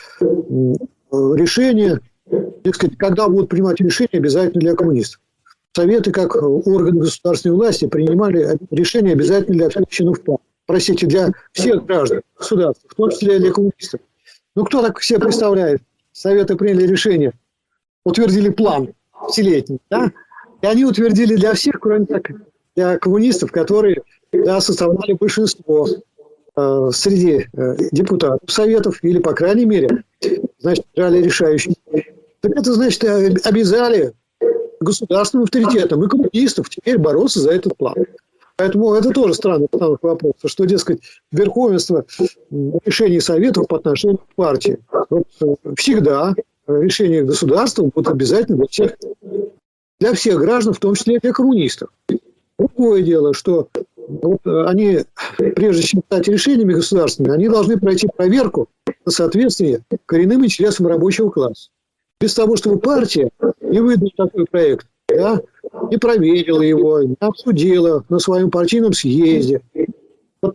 решения, так сказать, когда будут принимать решения обязательно для коммунистов. Советы, как органы государственной власти, принимали решения обязательно для всех членов партии. Простите, для всех граждан государства, в том числе для коммунистов. Ну, кто так себе представляет? Советы приняли решение, утвердили план пятилетний, да? И они утвердили для всех, кроме для коммунистов, которые составляли большинство среди депутатов Советов, или, по крайней мере, значит, играли решающим. Так это, значит, обязали государственным авторитетом и коммунистов теперь бороться за этот план. Поэтому это тоже странный вопрос, что, дескать, верховенство решений Советов по отношению к партии. Вот, всегда решения государства будут обязательно для всех граждан, в том числе и для коммунистов. Другое дело, что вот они, прежде чем стать решениями государственными, они должны пройти проверку на соответствие коренным интересам рабочего класса. Без того, чтобы партия не выдала такой проект, да, не проверила его, не обсудила на своем партийном съезде. Вот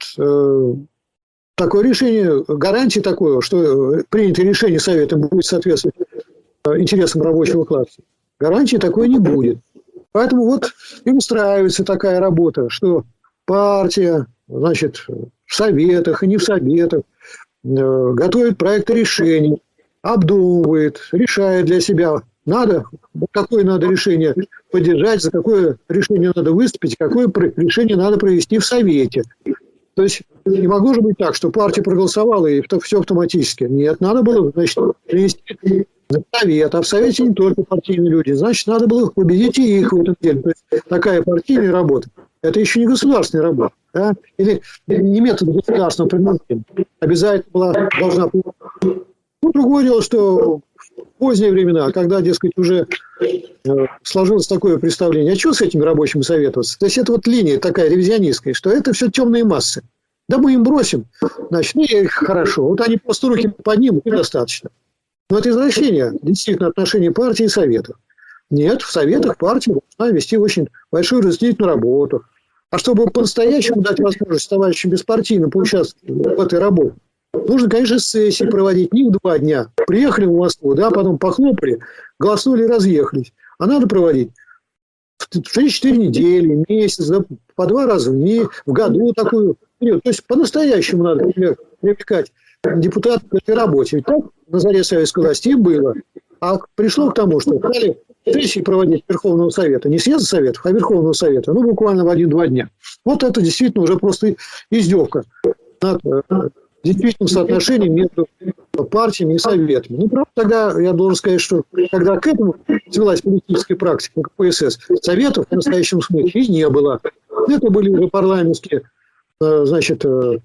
такое решение, гарантии такое, что принятое решение Совета будет соответствовать интересам рабочего класса, гарантии такой не будет. Поэтому вот и устраивается такая работа, что партия, значит, в Советах и не в Советах готовит проекты решений, обдумывает, решает для себя, какое надо решение поддержать, за какое решение надо выступить, какое решение надо провести в Совете. То есть не могло же быть так, что партия проголосовала и все автоматически. Нет, надо было, значит, принести Совет, а в Совете не только партийные люди, значит, надо было победить и их в этом деле. То есть такая партийная работа, это еще не государственная работа, да? Или не метод государственного принуждения. Обязательно должна быть. Ну, другое дело, что в поздние времена, когда, дескать, уже сложилось такое представление, а что с этими рабочими советоваться? То есть это вот линия такая ревизионистская, что это все темные массы. Да мы им бросим, значит, ну и хорошо. Вот они просто руки поднимут, и достаточно. Но это извращение действительно отношений партии и Советов. Нет, в Советах партия должна вести очень большую разъяснительную работу. А чтобы по-настоящему дать возможность товарищам беспартийным поучаствовать в этой работе, нужно, конечно, сессии проводить не в 2 дня. Приехали в Москву, да, потом похлопали, голоснули и разъехались. А надо проводить в 3-4 недели, месяц, да, по 2 раза в году такую период. То есть по-настоящему надо привлекать депутатов к этой работе. Ведь так на заре советской власти и было. А пришло к тому, что стали сессии проводить Верховного Совета. Не съезда Советов, а Верховного Совета. Ну, буквально в 1-2 дня. Вот это действительно уже просто издевка над действительным соотношением между партиями и Советами. Ну, правда, тогда я должен сказать, что когда к этому свелась политическая практика КПСС, Советов в настоящем смысле и не было. Это были уже парламентские, значит,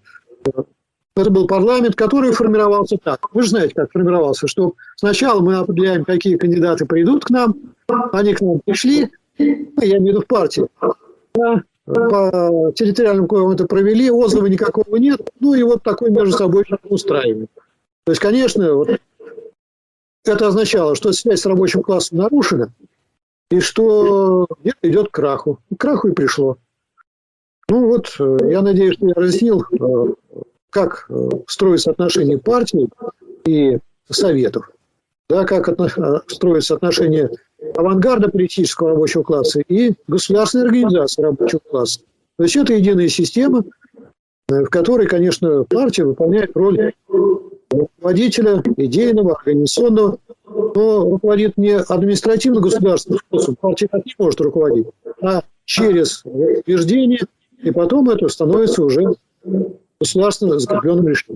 это был парламент, который формировался так. Вы же знаете, как формировался, что сначала мы определяем, какие кандидаты придут к нам, они к нам пришли, я имею в виду в партии, да, по территориальным коим это провели, отзыва никакого нет, ну и вот такой между собой устраиваем. То есть, конечно, вот это означало, что связь с рабочим классом нарушена, и что где-то идет к краху. К краху и пришло. Ну вот, я надеюсь, что я разъяснил, как строятся отношения партий и Советов, да, как строятся отношения авангарда политического рабочего класса и государственной организации рабочего класса. То есть это единая система, в которой, конечно, партия выполняет роль руководителя идейного, организационного, но руководит не административно-государственным способом, партия так не может руководить, а через утверждение, и потом это становится уже государственно закрепленным решением.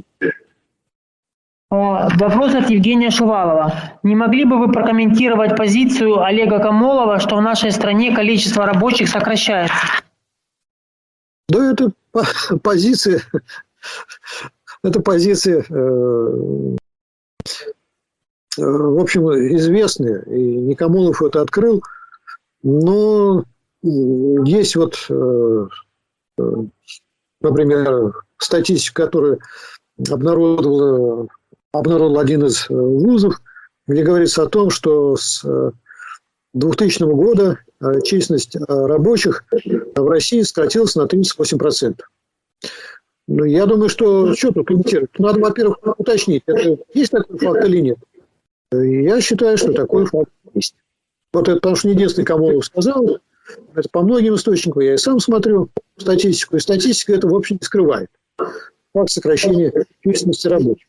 Вопрос от Евгения Шувалова. Не могли бы вы прокомментировать позицию Олега Камолова, что в нашей стране количество рабочих сокращается? Да, это позиция, в общем, известны, и Никомолов это открыл, но есть вот, например, статистика, которую обнародовал один из вузов, где говорится о том, что с 2000 года численность рабочих в России сократилась на 38%. Ну, я думаю, что тут комментировать? Надо, во-первых, уточнить, это есть такой факт или нет. Я считаю, что такой факт есть. Вот это потому что не единственный Камолов сказал, это по многим источникам. Я и сам смотрю статистику, и статистика это, в общем, не скрывает. Факт сокращения численности рабочих.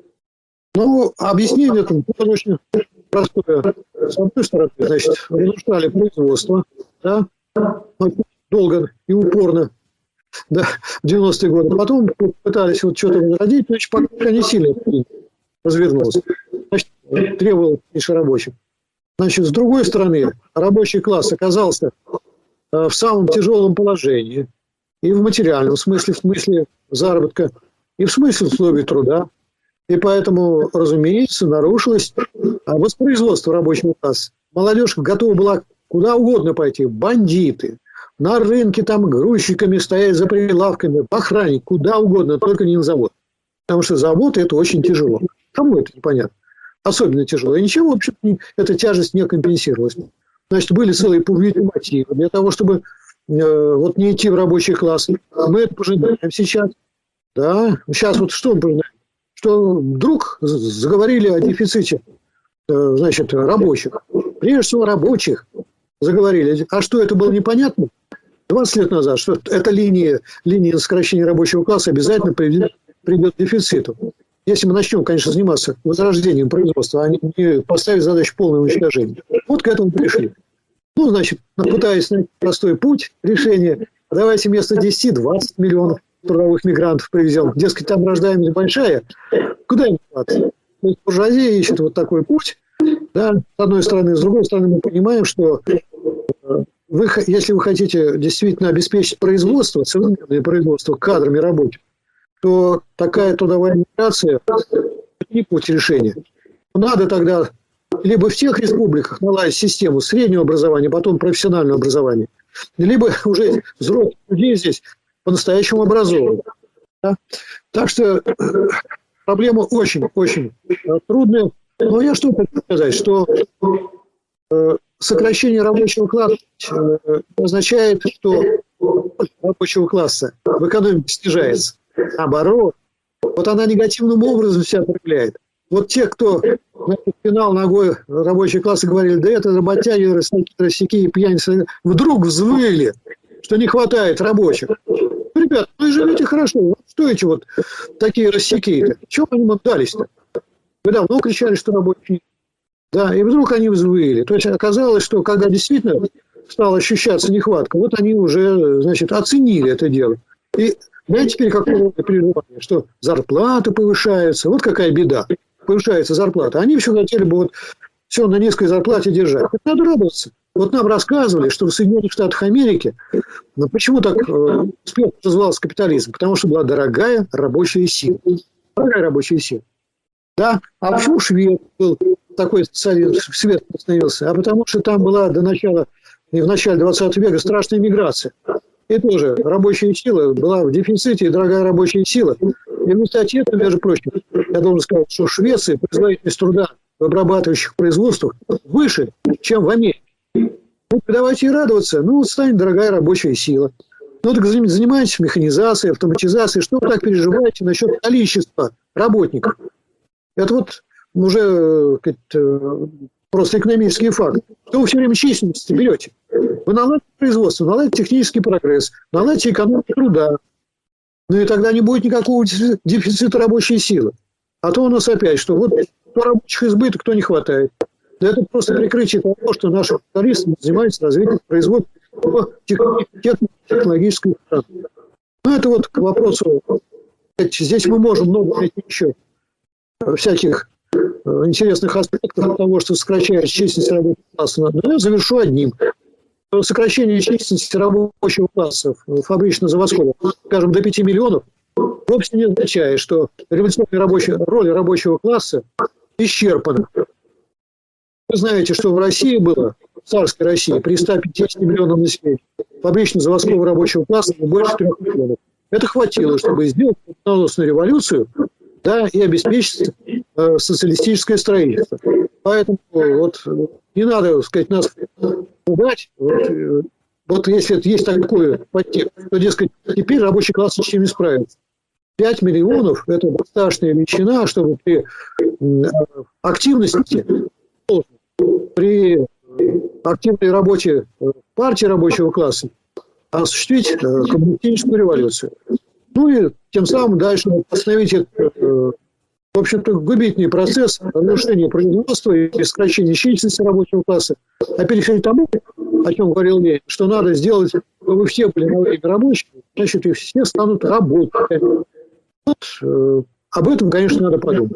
Ну, объяснение этому очень простое. С одной стороны, значит, разрушали производство, да, долго и упорно, да, в 90-е годы. Потом пытались вот что-то возродить, но еще пока не сильно развернулось. Значит, требовал меньше рабочих. Значит, с другой стороны, рабочий класс оказался в самом тяжелом положении. И в материальном смысле, в смысле заработка, и в смысле условий труда. И поэтому, разумеется, нарушилось воспроизводство рабочего класса. Молодежь готова была куда угодно пойти. Бандиты, на рынке там грузчиками стоять за прилавками, охране, куда угодно, только не на завод. Потому что завод – это очень тяжело. Кому это непонятно? Особенно тяжело. И ничего, в общем, эта тяжесть не компенсировалась. Значит, были целые мотивы для того, чтобы вот не идти в рабочий класс. Мы это пожинаем сейчас. Да, сейчас вот что мы пожинаем? Что вдруг заговорили о дефиците, значит, рабочих. Прежде всего, рабочих заговорили. А что, это было непонятно? 20 лет назад, что эта линия сокращения рабочего класса обязательно придет к дефициту. Если мы начнем, конечно, заниматься возрождением производства, а не поставить задачу полного уничтожения. Вот к этому пришли. Ну, значит, пытаясь найти простой путь решения, давайте вместо 10-20 миллионов трудовых мигрантов привезем. Дескать, там рождаемость большая. Куда им деваться? Буржуазия ищет вот такой путь. Да, с одной стороны. С другой стороны, мы понимаем, что если вы хотите действительно обеспечить производство, современное производство кадрами рабочих, то такая трудовая миграция – это не путь решения. Надо тогда либо в тех республиках наладить систему среднего образования, потом профессионального образования, либо уже взрослых людей здесь по-настоящему образовывать. Да? Так что проблема очень-очень трудная. Но я что хочу сказать, что сокращение рабочего класса означает, что рабочего класса в экономике снижается. Наоборот, вот она негативным образом себя проявляет. Вот те, кто пинал ногой рабочий класс и говорили, да это работяги, растяки и пьяницы, вдруг взвыли, что не хватает рабочих. Ребята, вы живете хорошо, что эти вот такие рассеки-то? Чего они вам дались-то? Вы давно кричали, что рабочих нет. Да, и вдруг они взвыли. То есть оказалось, что когда действительно стала ощущаться нехватка, вот они уже, значит, оценили это дело. И знаете, теперь какое переживание, что зарплаты повышаются. Вот какая беда. Повышается зарплата. Они все хотели бы вот все на низкой зарплате держать. Это надо радоваться. Вот нам рассказывали, что в Соединенных Штатах Америки, ну, почему так успешно развивался капитализм? Потому что была дорогая рабочая сила. Дорогая рабочая сила. Да? А почему швед был такой швед становился? А потому что там была до начала, в начале 20 века страшная миграция. И тоже рабочая сила была в дефиците, и дорогая рабочая сила. И в результате этого, между прочим, я должен сказать, что в Швеции производительность труда в обрабатывающих производствах выше, чем в Америке. Ну, давайте и радоваться. Ну, вот станет дорогая рабочая сила. Ну, так занимайтесь механизацией, автоматизацией. Что вы так переживаете насчет количества работников? Это вот уже просто экономический факт. Что вы все время численность берете? Вы наладите производство, наладите технический прогресс, наладите экономику труда. Ну и тогда не будет никакого дефицита рабочей силы. А то у нас опять, что вот кто рабочих избыток, кто не хватает. Да это просто прикрытие того, что наши специалисты занимаются развитием производства технологической страны. Ну это вот к вопросу. Здесь мы можем много найти еще всяких интересных аспектов того, что сокращает численность рабочего класса. Но я завершу одним. Сокращение численности рабочего класса фабрично-заводского, скажем, до 5 миллионов, вовсе не означает, что революционная роль рабочего класса исчерпано. Вы знаете, что в России было, в царской России, при 150 миллионов населения, фабрично-заводского рабочего класса больше 3 миллионов. Это хватило, чтобы сделать победоносную революцию, да, и обеспечить социалистическое строительство. Поэтому вот не надо, так сказать, нас пугать. Вот если есть такое подтекст, то, дескать, теперь рабочий класс с чем не справится. 5 миллионов – это достаточная величина, чтобы при активности, при активной работе партии рабочего класса осуществить коммунистическую революцию. Ну и тем самым дальше остановить этот, в общем-то, губительный процесс разрушения производства и сокращения численности рабочего класса. А перейти к тому, о чем говорил Ленин, что надо сделать, чтобы все были на время рабочими, значит, и все станут работниками. Вот, об этом, конечно, надо подумать.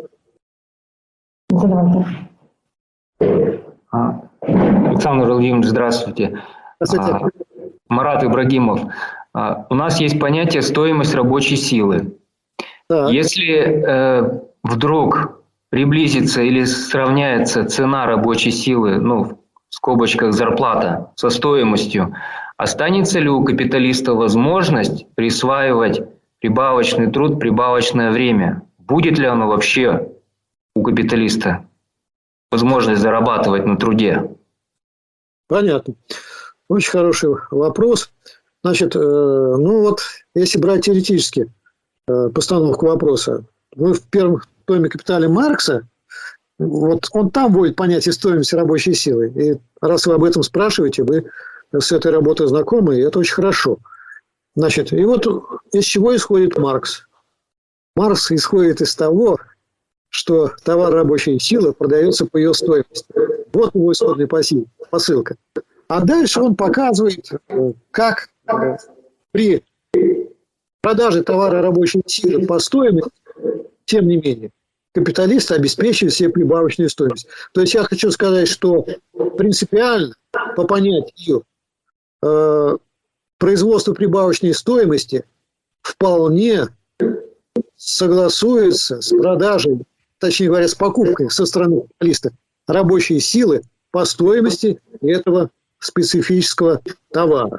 Александр Владимирович, здравствуйте. Здравствуйте. Марат Ибрагимов. У нас есть понятие стоимость рабочей силы. Так. Если вдруг приблизится или сравняется цена рабочей силы, ну, в скобочках зарплата, со стоимостью, останется ли у капиталиста возможность присваивать прибавочный труд, прибавочное время? Будет ли оно вообще у капиталиста возможность зарабатывать на труде? Понятно. Очень хороший вопрос. Значит, ну вот, если брать теоретически постановку вопроса, мы в первом томе «Капитале» Маркса, вот он там вводит понятие стоимости рабочей силы. И раз вы об этом спрашиваете, вы с этой работой знакомы, и это очень хорошо. Значит, и вот из чего исходит Маркс? Маркс исходит из того, что товар рабочей силы продается по ее стоимости. Вот его исходная посылка. А дальше он показывает, как при продаже товара рабочей силы по стоимости, тем не менее, капиталист обеспечивает себе прибавочную стоимость. То есть я хочу сказать, что принципиально по понятию производство прибавочной стоимости вполне согласуется с продажей, точнее говоря, с покупкой со стороны капиталиста рабочей силы по стоимости этого специфического товара.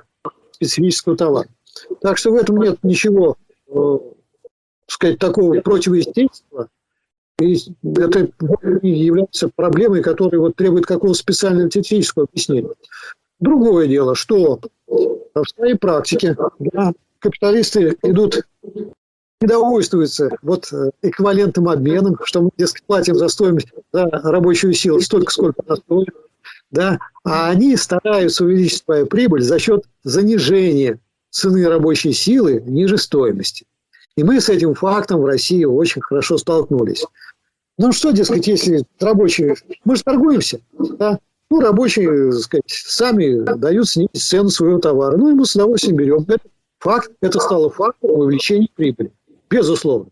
Так что в этом нет ничего, сказать, такого противоестественного. И это является проблемой, которая вот требует какого-то специального теоретического объяснения. Другое дело, что в своей практике капиталисты недовольствуются вот эквивалентным обменом, что мы, дескать, платим за стоимость, за рабочую силу столько, сколько она стоит. Да? А они стараются увеличить свою прибыль за счет занижения цены рабочей силы ниже стоимости. И мы с этим фактом в России очень хорошо столкнулись. Ну что, дескать, если рабочие... Мы же торгуемся, да? Ну, рабочие, так сказать, сами дают снизить цену своего товара. Ну, и мы с удовольствием берем. Это факт, это стало фактом увеличения прибыли. Безусловно.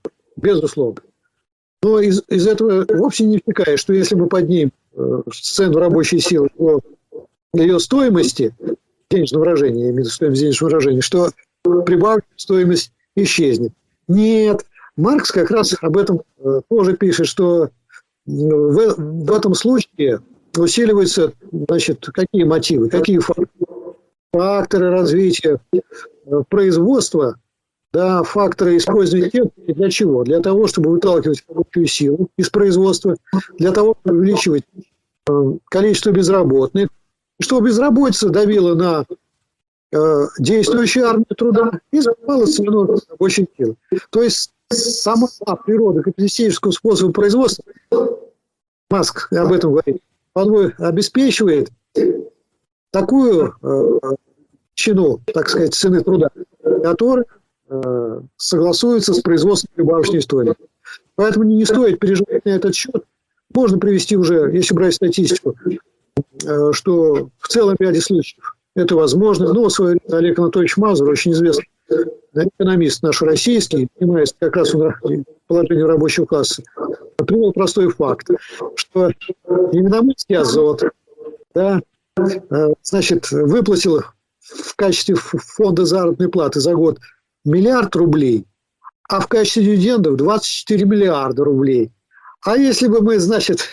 Но из этого вовсе не вытекает, что если мы поднимем цену рабочей силы по ее стоимости, денежном выражении, я имею в виду стоимость денежного выражения, что прибавочная стоимость исчезнет. Нет. Маркс как раз об этом тоже пишет, что в этом случае усиливаются, значит, какие мотивы, какие факторы развития производства, да, факторы использования техники для чего? Для того, чтобы выталкивать рабочую силу из производства, для того, чтобы увеличивать количество безработных, чтобы безработица давила на действующую армию труда и забывала цену рабочей силы. То есть сама природа капиталистического способа производства, Маск об этом говорит, обеспечивает такую величину, так сказать, цены труда, которая согласуется с производством прибавочной стоимости. Поэтому не стоит переживать на этот счет. Можно привести уже, если брать статистику, что в целом ряде случаев это возможно. Но Олег Анатольевич Мазур, очень известный экономист наш российский, занимается как раз положением рабочего класса, привел простой факт, что Невиномысский Азот, да, значит, выплатил в качестве фонда заработной платы за год 1 миллиард рублей, а в качестве дивидендов 24 миллиарда рублей. А если бы мы, значит,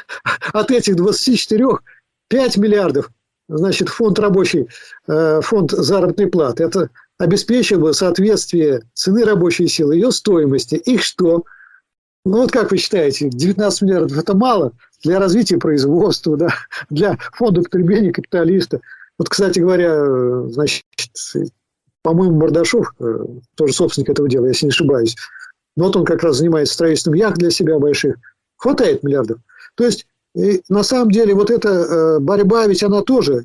от этих 24 5 миллиардов, значит, фонд рабочий, фонд заработной платы, это обеспечило бы соответствие цены рабочей силы, ее стоимости. И что? Ну, вот как вы считаете, 19 миллиардов – это мало для развития производства, да, для фонда потребления капиталиста? Вот, кстати говоря, значит, по-моему, Мордашов, тоже собственник этого дела, если не ошибаюсь, но вот он как раз занимается строительством яхт для себя больших. Хватает миллиардов. То есть, на самом деле, вот эта борьба, ведь она тоже...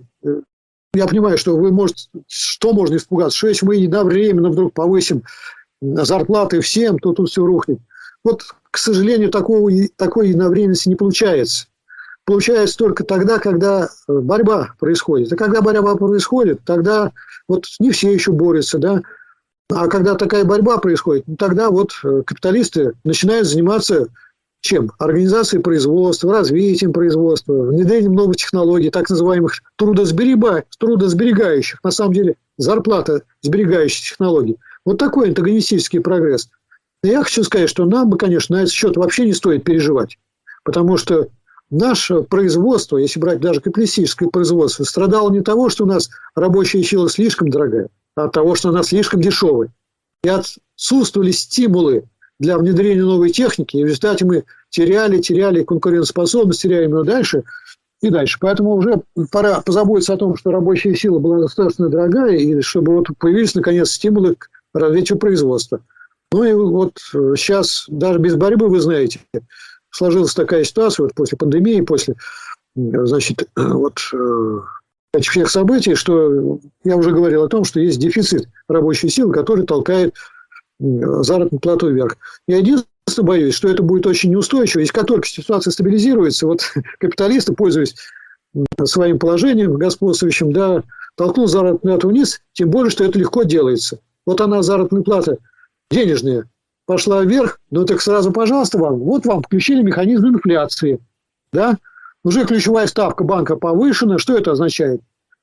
Я понимаю, что вы можете... Что можно испугаться? Что если мы единовременно вдруг повысим зарплаты всем, то тут все рухнет. Вот, к сожалению, такой единовременности не получается. Получается только тогда, когда борьба происходит. А когда борьба происходит, тогда вот не все еще борются, да. А когда такая борьба происходит, тогда вот капиталисты начинают заниматься чем? Организацией производства, развитием производства, внедрением новых технологий, так называемых трудосберегающих, на самом деле зарплата сберегающих технологий. Вот такой антагонистический прогресс. И я хочу сказать, что нам, конечно, на этот счет вообще не стоит переживать. Потому что наше производство, если брать даже капиталистическое производство, страдало не от того, что у нас рабочая сила слишком дорогая, а от того, что она слишком дешевая. И отсутствовали стимулы для внедрения новой техники, и в результате мы теряли конкурентоспособность, теряем ее дальше и дальше. Поэтому уже пора позаботиться о том, что рабочая сила была достаточно дорогая, и чтобы вот появились, наконец, стимулы к развитию производства. Ну и вот сейчас даже без борьбы, вы знаете, сложилась такая ситуация вот после пандемии, после, значит, вот этих всех событий, что я уже говорил о том, что есть дефицит рабочей силы, который толкает заработную плату вверх. Я единственное боюсь, что это будет очень неустойчиво. Если как только ситуация стабилизируется, вот капиталисты, пользуясь своим положением господствующим, да, толкнут заработную плату вниз, тем более, что это легко делается. Вот она, заработная плата денежная, пошла вверх, ну так сразу, пожалуйста, вот вам включили механизм инфляции. Да? Уже ключевая ставка банка повышена. Что это означает?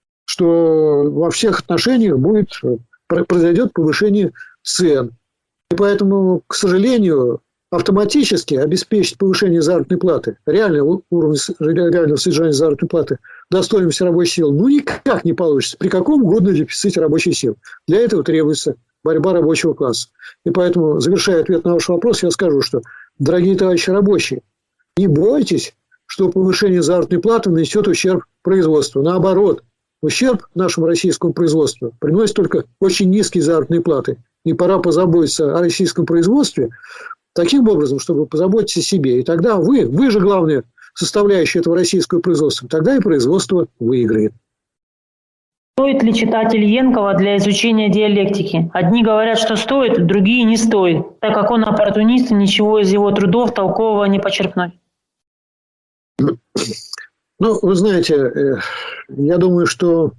Что во всех отношениях произойдет повышение цен. И поэтому, к сожалению, автоматически обеспечить повышение заработной платы, реального содержания заработной платы до стоимости рабочей силы, ну никак не получится при каком угодно дефиците рабочей силы. Для этого требуется борьба рабочего класса. И поэтому, завершая ответ на ваш вопрос, я скажу, что, дорогие товарищи рабочие, не бойтесь, что повышение заработной платы нанесет ущерб производству. Наоборот, ущерб нашему российскому производству приносит только очень низкие заработные платы. И пора позаботиться о российском производстве таким образом, чтобы позаботиться о себе. И тогда вы же главная составляющая этого российского производства. Тогда и производство выиграет. Стоит ли читать Ильенкова для изучения диалектики? Одни говорят, что стоит, другие не стоит, так как он оппортунист и ничего из его трудов толкового не почерпнуть. Ну, вы знаете, я думаю, что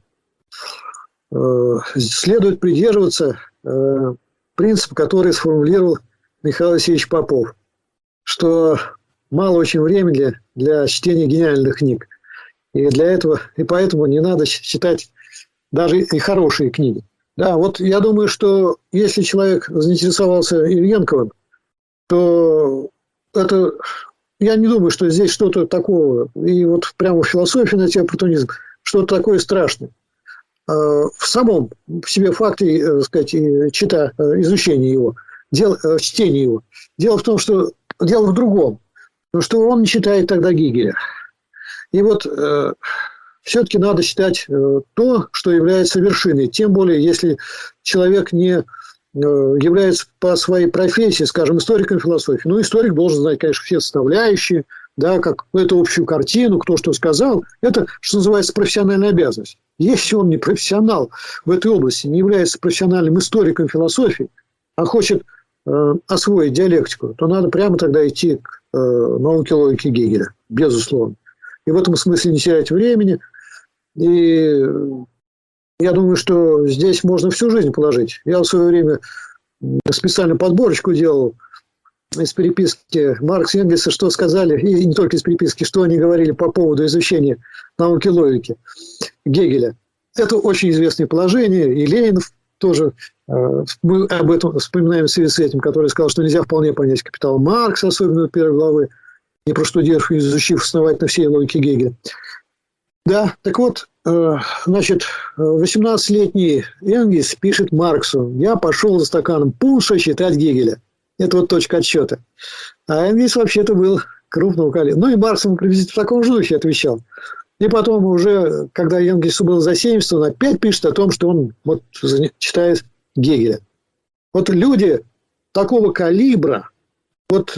следует придерживаться принципа, который сформулировал Михаил Васильевич Попов, что мало очень времени для чтения гениальных книг. И поэтому не надо читать даже и хорошие книги. Да, вот я думаю, что если человек заинтересовался Ильенковым, то это... Я не думаю, что здесь что-то такого, и вот прямо в философии найти оппортунизм, что-то такое страшное. В самом в себе факте, так сказать, изучения его, чтения его. Дело в том, что дело в другом, что он не читает тогда Гегеля. И вот все-таки надо читать то, что является вершиной. Тем более, если человек не является по своей профессии, скажем, историком философии. Ну, историк должен знать, конечно, все составляющие, да, как эту общую картину, кто что сказал. Это, что называется, профессиональная обязанность. Если он не профессионал в этой области, не является профессиональным историком философии, а хочет освоить диалектику, то надо прямо тогда идти к науке логики Гегеля, безусловно. И в этом смысле не терять времени. И я думаю, что здесь можно всю жизнь положить. Я в свое время специально подборочку делал из переписки Маркса и Энгельса, что сказали, и не только из переписки, что они говорили по поводу изучения науки логики Гегеля. Это очень известное положение, и Ленин тоже, мы об этом вспоминаем в связи с этим, который сказал, что нельзя вполне понять капитал Маркса, особенно первой главы, не проштудировав и изучив основательно все логики Гегеля. Да, так вот, значит, 18-летний Энгельс пишет Марксу: «Я пошел за стаканом пунша читать Гегеля». Это вот точка отсчета. А Энгельс вообще-то был крупного калибра. Ну и Маркс ему приблизительно в таком же духе отвечал. И потом уже, когда Энгельсу было за 70, он опять пишет о том, что он вот читает Гегеля. Вот люди такого калибра, вот,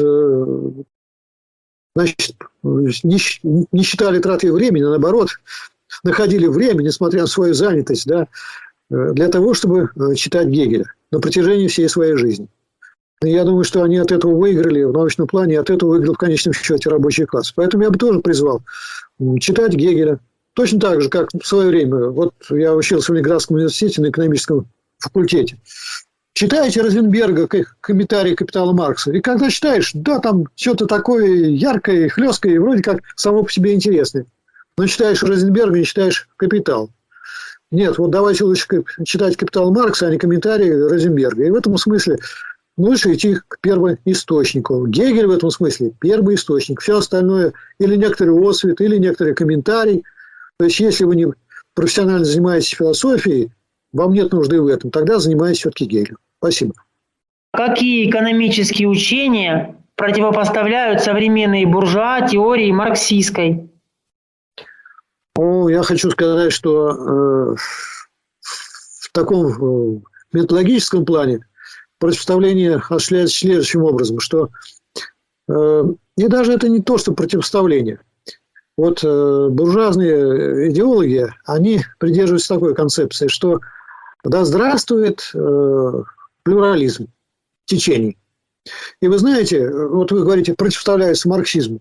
значит, не считали тратой времени, а наоборот, находили время, несмотря на свою занятость, да, для того, чтобы читать Гегеля на протяжении всей своей жизни. И я думаю, что они от этого выиграли в научном плане, от этого выиграл в конечном счете рабочий класс. Поэтому я бы тоже призвал читать Гегеля. Точно так же, как в свое время. Вот я учился в Ленинградском университете на экономическом факультете. Читаете Розенберга комментарии «Капитала Маркса». И когда читаешь, да, там что-то такое яркое, хлесткое, и вроде как само по себе интересное. Но читаешь Розенберга, не читаешь «Капитал». Нет, вот давайте лучше читать «Капитал Маркса», а не комментарии Розенберга. И в этом смысле лучше идти к первоисточнику. Гегель в этом смысле первый источник. Все остальное или некоторый отсвет, или некоторый комментарий. То есть, если вы не профессионально занимаетесь философией, вам нет нужды в этом. Тогда занимайтесь все-таки Гегелем. Спасибо. Какие экономические учения противопоставляют современной буржуа теории марксистской? Ну, я хочу сказать, что в таком методологическом плане противопоставление осуществляется следующим образом, что и даже это не то, что противопоставление. Вот буржуазные идеологи, они придерживаются такой концепции, что да здравствует плюрализм течений. И вы знаете, вот вы говорите, противопоставляется марксизму.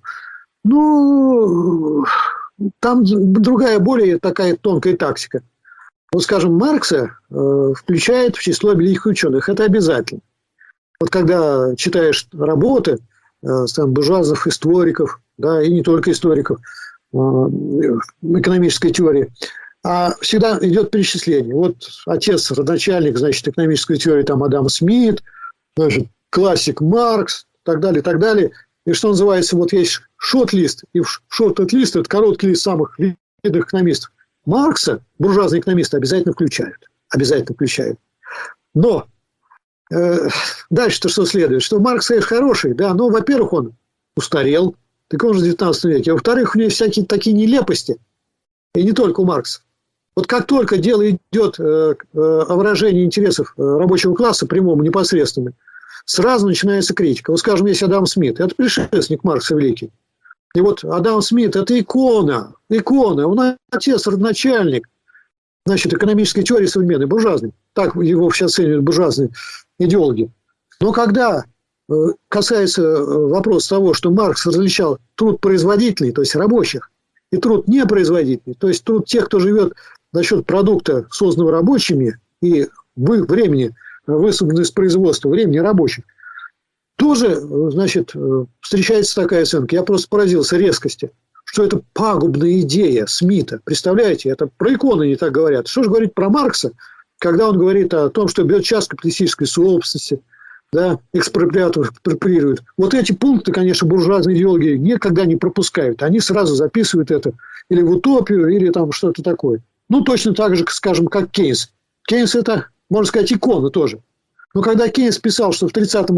Ну, там другая, более такая тонкая тактика. Вот, скажем, Маркса включает в число великих ученых. Это обязательно. Вот когда читаешь работы там, буржуазных историков, да, и не только историков экономической теории, а всегда идет перечисление. Вот отец, родоначальник, значит, экономической теории, там, Адам Смит, значит, классик Маркс, так далее, так далее. И что называется, вот есть шорт-лист, и в шорт-лист, это короткий лист самых видных экономистов. Маркса буржуазные экономисты обязательно включают. Обязательно включают. Но дальше-то что следует? Что Маркс, конечно, хороший, да, но, во-первых, он устарел, так он же в 19 веке. А во-вторых, у него всякие такие нелепости. И не только у Маркса. Вот как только дело идет о выражении интересов рабочего класса, прямому, непосредственному, сразу начинается критика. Вот, скажем, есть Адам Смит. Это предшественник Маркса великий. И вот Адам Смит – это икона. Икона. Он отец, родоначальник, значит, экономической теории современной, буржуазной. Так его сейчас оценивают буржуазные идеологи. Но когда касается вопроса того, что Маркс различал труд производительный, то есть рабочих, и труд непроизводительный, то есть труд тех, кто живет за счет продукта, созданного рабочими, и времени, высвобожденного из производства, времени рабочих, тоже, значит, встречается такая оценка. Я просто поразился резкости, что это пагубная идея Смита. Представляете, это про иконы не так говорят. Что же говорить про Маркса, когда он говорит о том, что берет часть капиталистической собственности, да, экспроприаторов экспроприирует. Вот эти пункты, конечно, буржуазные идеологи никогда не пропускают. Они сразу записывают это или в утопию, или там что-то такое. Ну, точно так же, скажем, как Кейнс. Кейнс – это, можно сказать, икона тоже. Но когда Кейнс писал, что в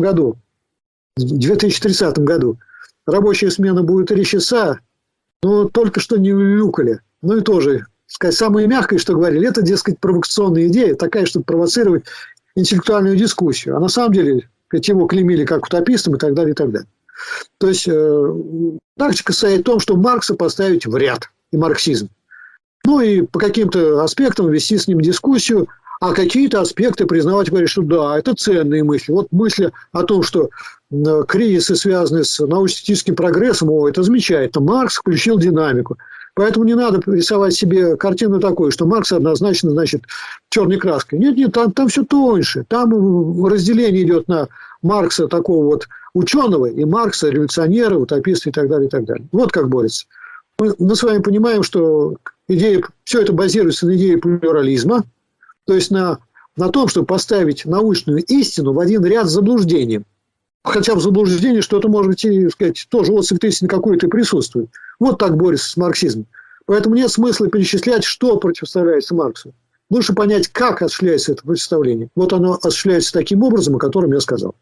2030 году рабочая смена будет 3 часа, ну, только что не улюкали. Ну, и тоже, сказать, самое мягкое, что говорили, это, дескать, провокационная идея, такая, чтобы провоцировать интеллектуальную дискуссию. А на самом деле его клеймили как утопистом и так далее, и так далее. То есть, тактика состоит в том, что Маркса поставить в ряд и марксизм. Ну, и по каким-то аспектам вести с ним дискуссию, а какие-то аспекты признавать, говорить, что да, это ценные мысли. Вот мысли о том, что кризисы связаны с научно-техническим прогрессом, о, это замечательно. Маркс включил динамику. Поэтому не надо рисовать себе картину такую, что Маркс однозначно, значит, черной краской. Нет, там все тоньше. Там разделение идет на Маркса такого вот ученого и Маркса революционера, утописта и так далее, и так далее. Вот как борется. Мы с вами понимаем, что все это базируется на идее плюрализма, то есть на том, чтобы поставить научную истину в один ряд с заблуждением. хотя бы заблуждение, что это может быть, и, сказать, тоже отцвет истины какой-то присутствует. Вот так борется с марксизмом. Поэтому нет смысла перечислять, что противоставляется Марксу. Лучше понять, как осуществляется это противоставление. Вот оно осуществляется таким образом, о котором я сказал.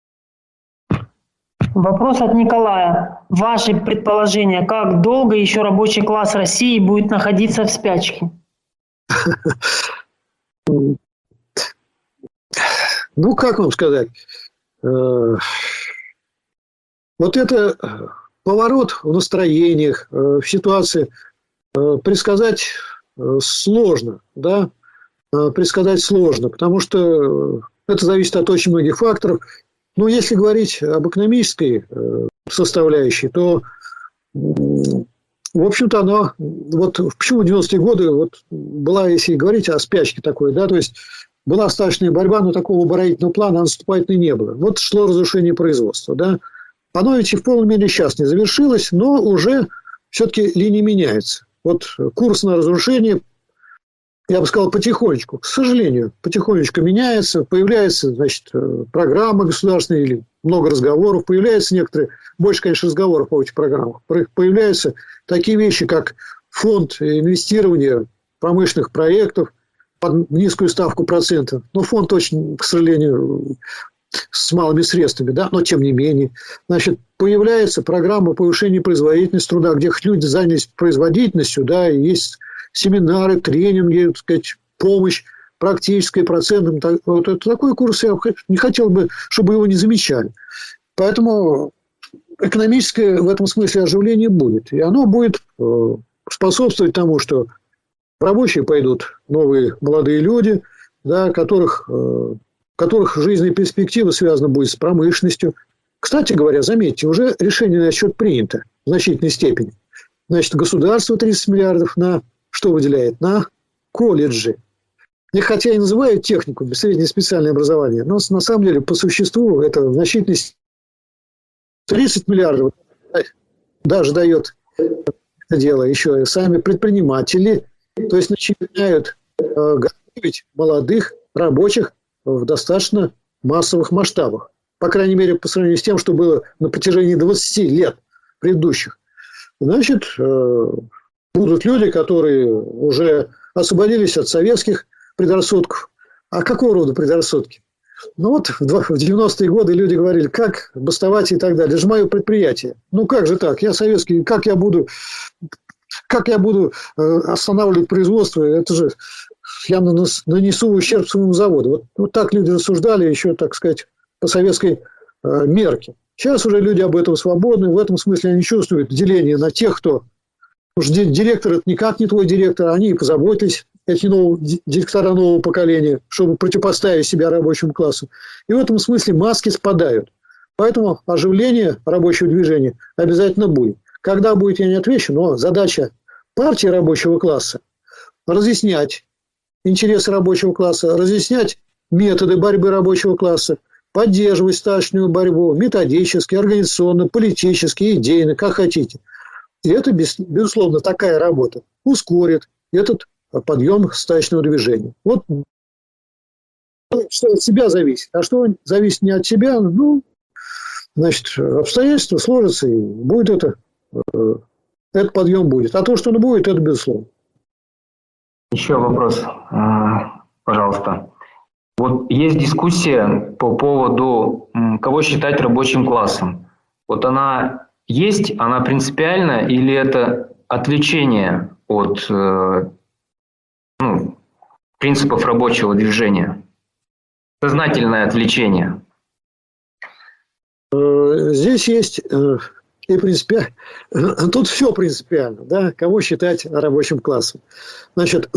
Вопрос от Николая. Ваши предположения, как долго еще рабочий класс России будет находиться в спячке? Ну, как вам сказать? Вот это поворот в настроениях, в ситуации предсказать сложно, да, предсказать сложно, потому что это зависит от очень многих факторов. Но если говорить об экономической составляющей, то, в общем-то, она, вот почему в 90-е годы вот была, если говорить о спячке такой, да, то есть была стачная борьба, но такого оборонительного плана наступательной не было. Вот шло разрушение производства, да. Оно ведь и в полной мере сейчас не завершилось, но уже все-таки линия меняется. Вот курс на разрушение, я бы сказал, потихонечку, к сожалению, потихонечку меняется, появляются, значит, программы государственные или много разговоров, появляются некоторые, больше, конечно, разговоров по этих программах, появляются такие вещи, как фонд инвестирования промышленных проектов под низкую ставку процентов. Но фонд очень, к сожалению, с малыми средствами, да, но тем не менее. Значит, появляется программа повышения производительности труда, где люди занялись производительностью, да, и есть семинары, тренинги, так сказать, помощь практическая, процентом. Вот это такой курс я не хотел бы, чтобы его не замечали. Поэтому экономическое в этом смысле оживление будет. И оно будет способствовать тому, что рабочие пойдут новые молодые люди, да, которых жизненная перспектива связана будет с промышленностью. Кстати говоря, заметьте, уже решение на счет принято в значительной степени. Значит, государство 30 миллиардов на что выделяет? На колледжи. Их хотя и называют техникум, среднее специальное образование, но на самом деле по существу это в значительной степени 30 миллиардов даже дает это дело еще и сами предприниматели, то есть начинают готовить молодых рабочих в достаточно массовых масштабах. По крайней мере, по сравнению с тем, что было на протяжении 20 лет предыдущих. Значит, будут люди, которые уже освободились от советских предрассудков. А какого рода предрассудки? Ну вот в 90-е годы люди говорили, как бастовать и так далее. Это же мое предприятие. Ну как же так? Я советский, как я буду останавливать производство? Это же я нанесу ущерб своему заводу. Вот так люди рассуждали еще, так сказать, по советской мерке. Сейчас уже люди об этом свободны. В этом смысле они чувствуют деление на тех, кто... Потому что директор – это никак не твой директор. Они и позаботились, эти директора нового поколения, чтобы противопоставить себя рабочему классу. И в этом смысле маски спадают. Поэтому оживление рабочего движения обязательно будет. Когда будет, я не отвечу, но задача партии рабочего класса – разъяснять интересы рабочего класса, разъяснять методы борьбы рабочего класса, поддерживать стачную борьбу методически, организационно, политически, идейно, как хотите. И это, безусловно, такая работа ускорит этот подъем стачного движения. Вот что от себя зависит. А что зависит не от себя, ну, значит, обстоятельства сложатся, и будет этот подъем будет. А то, что он будет, это безусловно. Еще вопрос, пожалуйста. Вот есть дискуссия по поводу, кого считать рабочим классом. Вот она есть, она принципиальна, или это отвлечение от принципов рабочего движения? Сознательное отвлечение. Здесь есть и принципиально. Тут все принципиально, да, кого считать рабочим классом. Значит,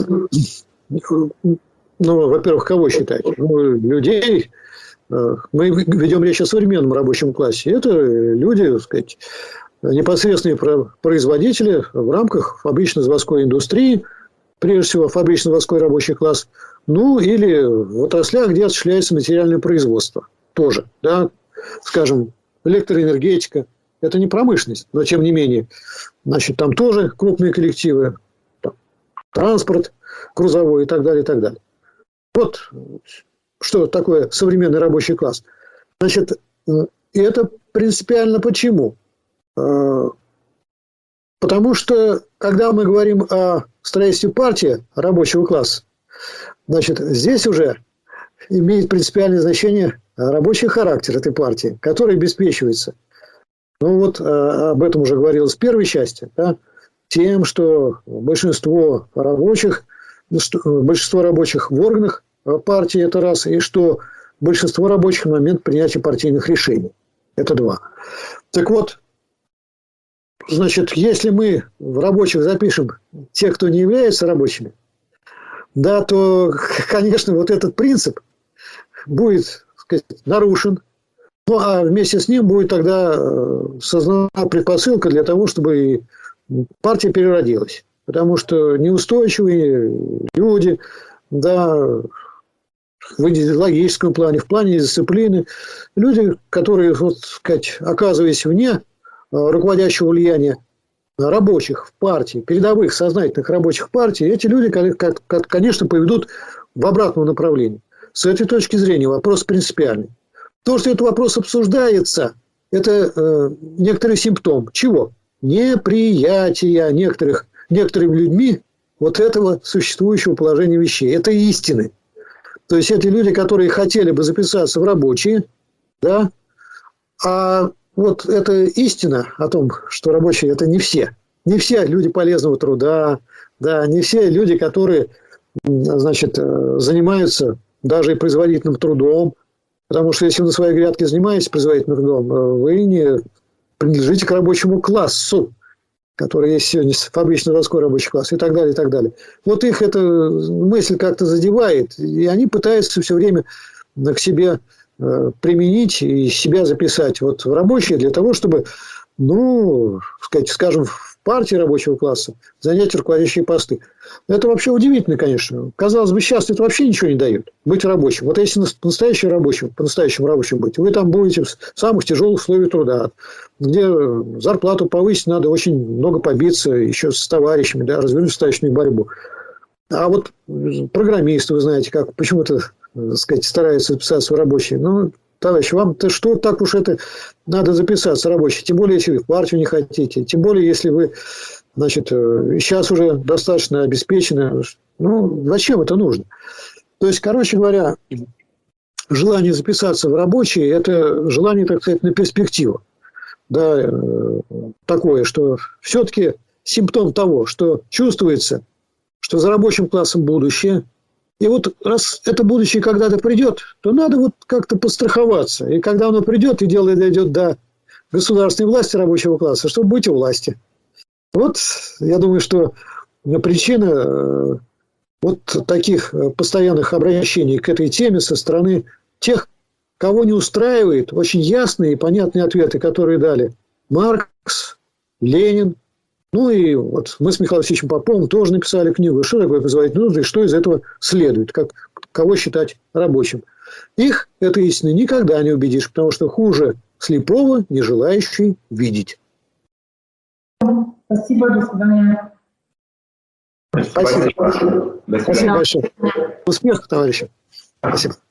во-первых, кого считать? Людей. Мы ведем речь о современном рабочем классе. Это люди, так сказать, непосредственные производители в рамках фабрично-заводской индустрии, прежде всего фабрично-заводской рабочий класс, ну или в отраслях, где осуществляется материальное производство. Тоже, да, скажем, электроэнергетика. Это не промышленность, но тем не менее. Значит, там тоже крупные коллективы, там, транспорт грузовой и так далее, и так далее. Вот что такое современный рабочий класс. Значит, И это принципиально почему? Потому что, когда мы говорим о строительстве партии рабочего класса, значит, здесь уже имеет принципиальное значение рабочий характер этой партии, который обеспечивается. Ну вот об этом уже говорилось в первой части, да, тем, что большинство рабочих в органах партии – это раз, и что большинство рабочих в момент принятия партийных решений – это два. Так вот, значит, если мы в рабочих запишем тех, кто не является рабочими, да, то, конечно, вот этот принцип будет, так сказать, нарушен. Ну, а вместе с ним будет тогда создана предпосылка для того, чтобы партия переродилась. Потому что неустойчивые люди, да, в идеологическом плане, в плане дисциплины, люди, которые, вот, сказать, оказываясь вне руководящего влияния рабочих в партии, передовых сознательных рабочих партий, эти люди, конечно, поведут в обратном направлении. С этой точки зрения вопрос принципиальный. То, что этот вопрос обсуждается, это некоторый симптом. Чего? Неприятия некоторыми людьми вот этого существующего положения вещей. Это истины. То есть, это люди, которые хотели бы записаться в рабочие, да, а вот эта истина о том, что рабочие – это не все. Не все люди полезного труда, да, не все люди, которые, значит, занимаются даже и производительным трудом. Потому что если вы на своей грядке занимаетесь производительным трудом, вы не принадлежите к рабочему классу, который есть сегодня фабрично-заводской рабочий класс, и так далее, и так далее. Вот их эта мысль как-то задевает, и они пытаются все время к себе применить и себя записать вот в рабочие для того, чтобы, ну, скажем, в партии рабочего класса занять руководящие посты. Это вообще удивительно, конечно. Казалось бы, сейчас это вообще ничего не дает. Быть рабочим. Вот если по-настоящему рабочим быть, вы там будете в самых тяжелых условиях труда, где зарплату повысить надо очень много побиться еще с товарищами, да, развернуть стачную борьбу. А вот программисты, вы знаете, как почему-то, так сказать, стараются записаться в рабочие. Ну, товарищи, вам-то что так уж это надо записаться рабочие? Тем более, если вы в партию не хотите. Тем более, если вы, значит, сейчас уже достаточно обеспечены. Ну, зачем это нужно? То есть, короче говоря, желание записаться в рабочие – это желание, так сказать, на перспективу. Да, такое, что все-таки симптом того, что чувствуется, что за рабочим классом будущее. И вот раз это будущее когда-то придет, то надо вот как-то подстраховаться. И когда оно придет, и дело дойдет до государственной власти рабочего класса, чтобы быть у власти. Вот, я думаю, что причина вот таких постоянных обращений к этой теме со стороны тех, кого не устраивает очень ясные и понятные ответы, которые дали Маркс, Ленин. Ну и вот мы с Михаилом Васильевичем Поповым тоже написали книгу, что такое производительный труд и что из этого следует, кого считать рабочим. Их этой истины никогда не убедишь, потому что хуже слепого, не желающий видеть. Спасибо, до свидания. Спасибо большое. Успехов, товарищи. Спасибо.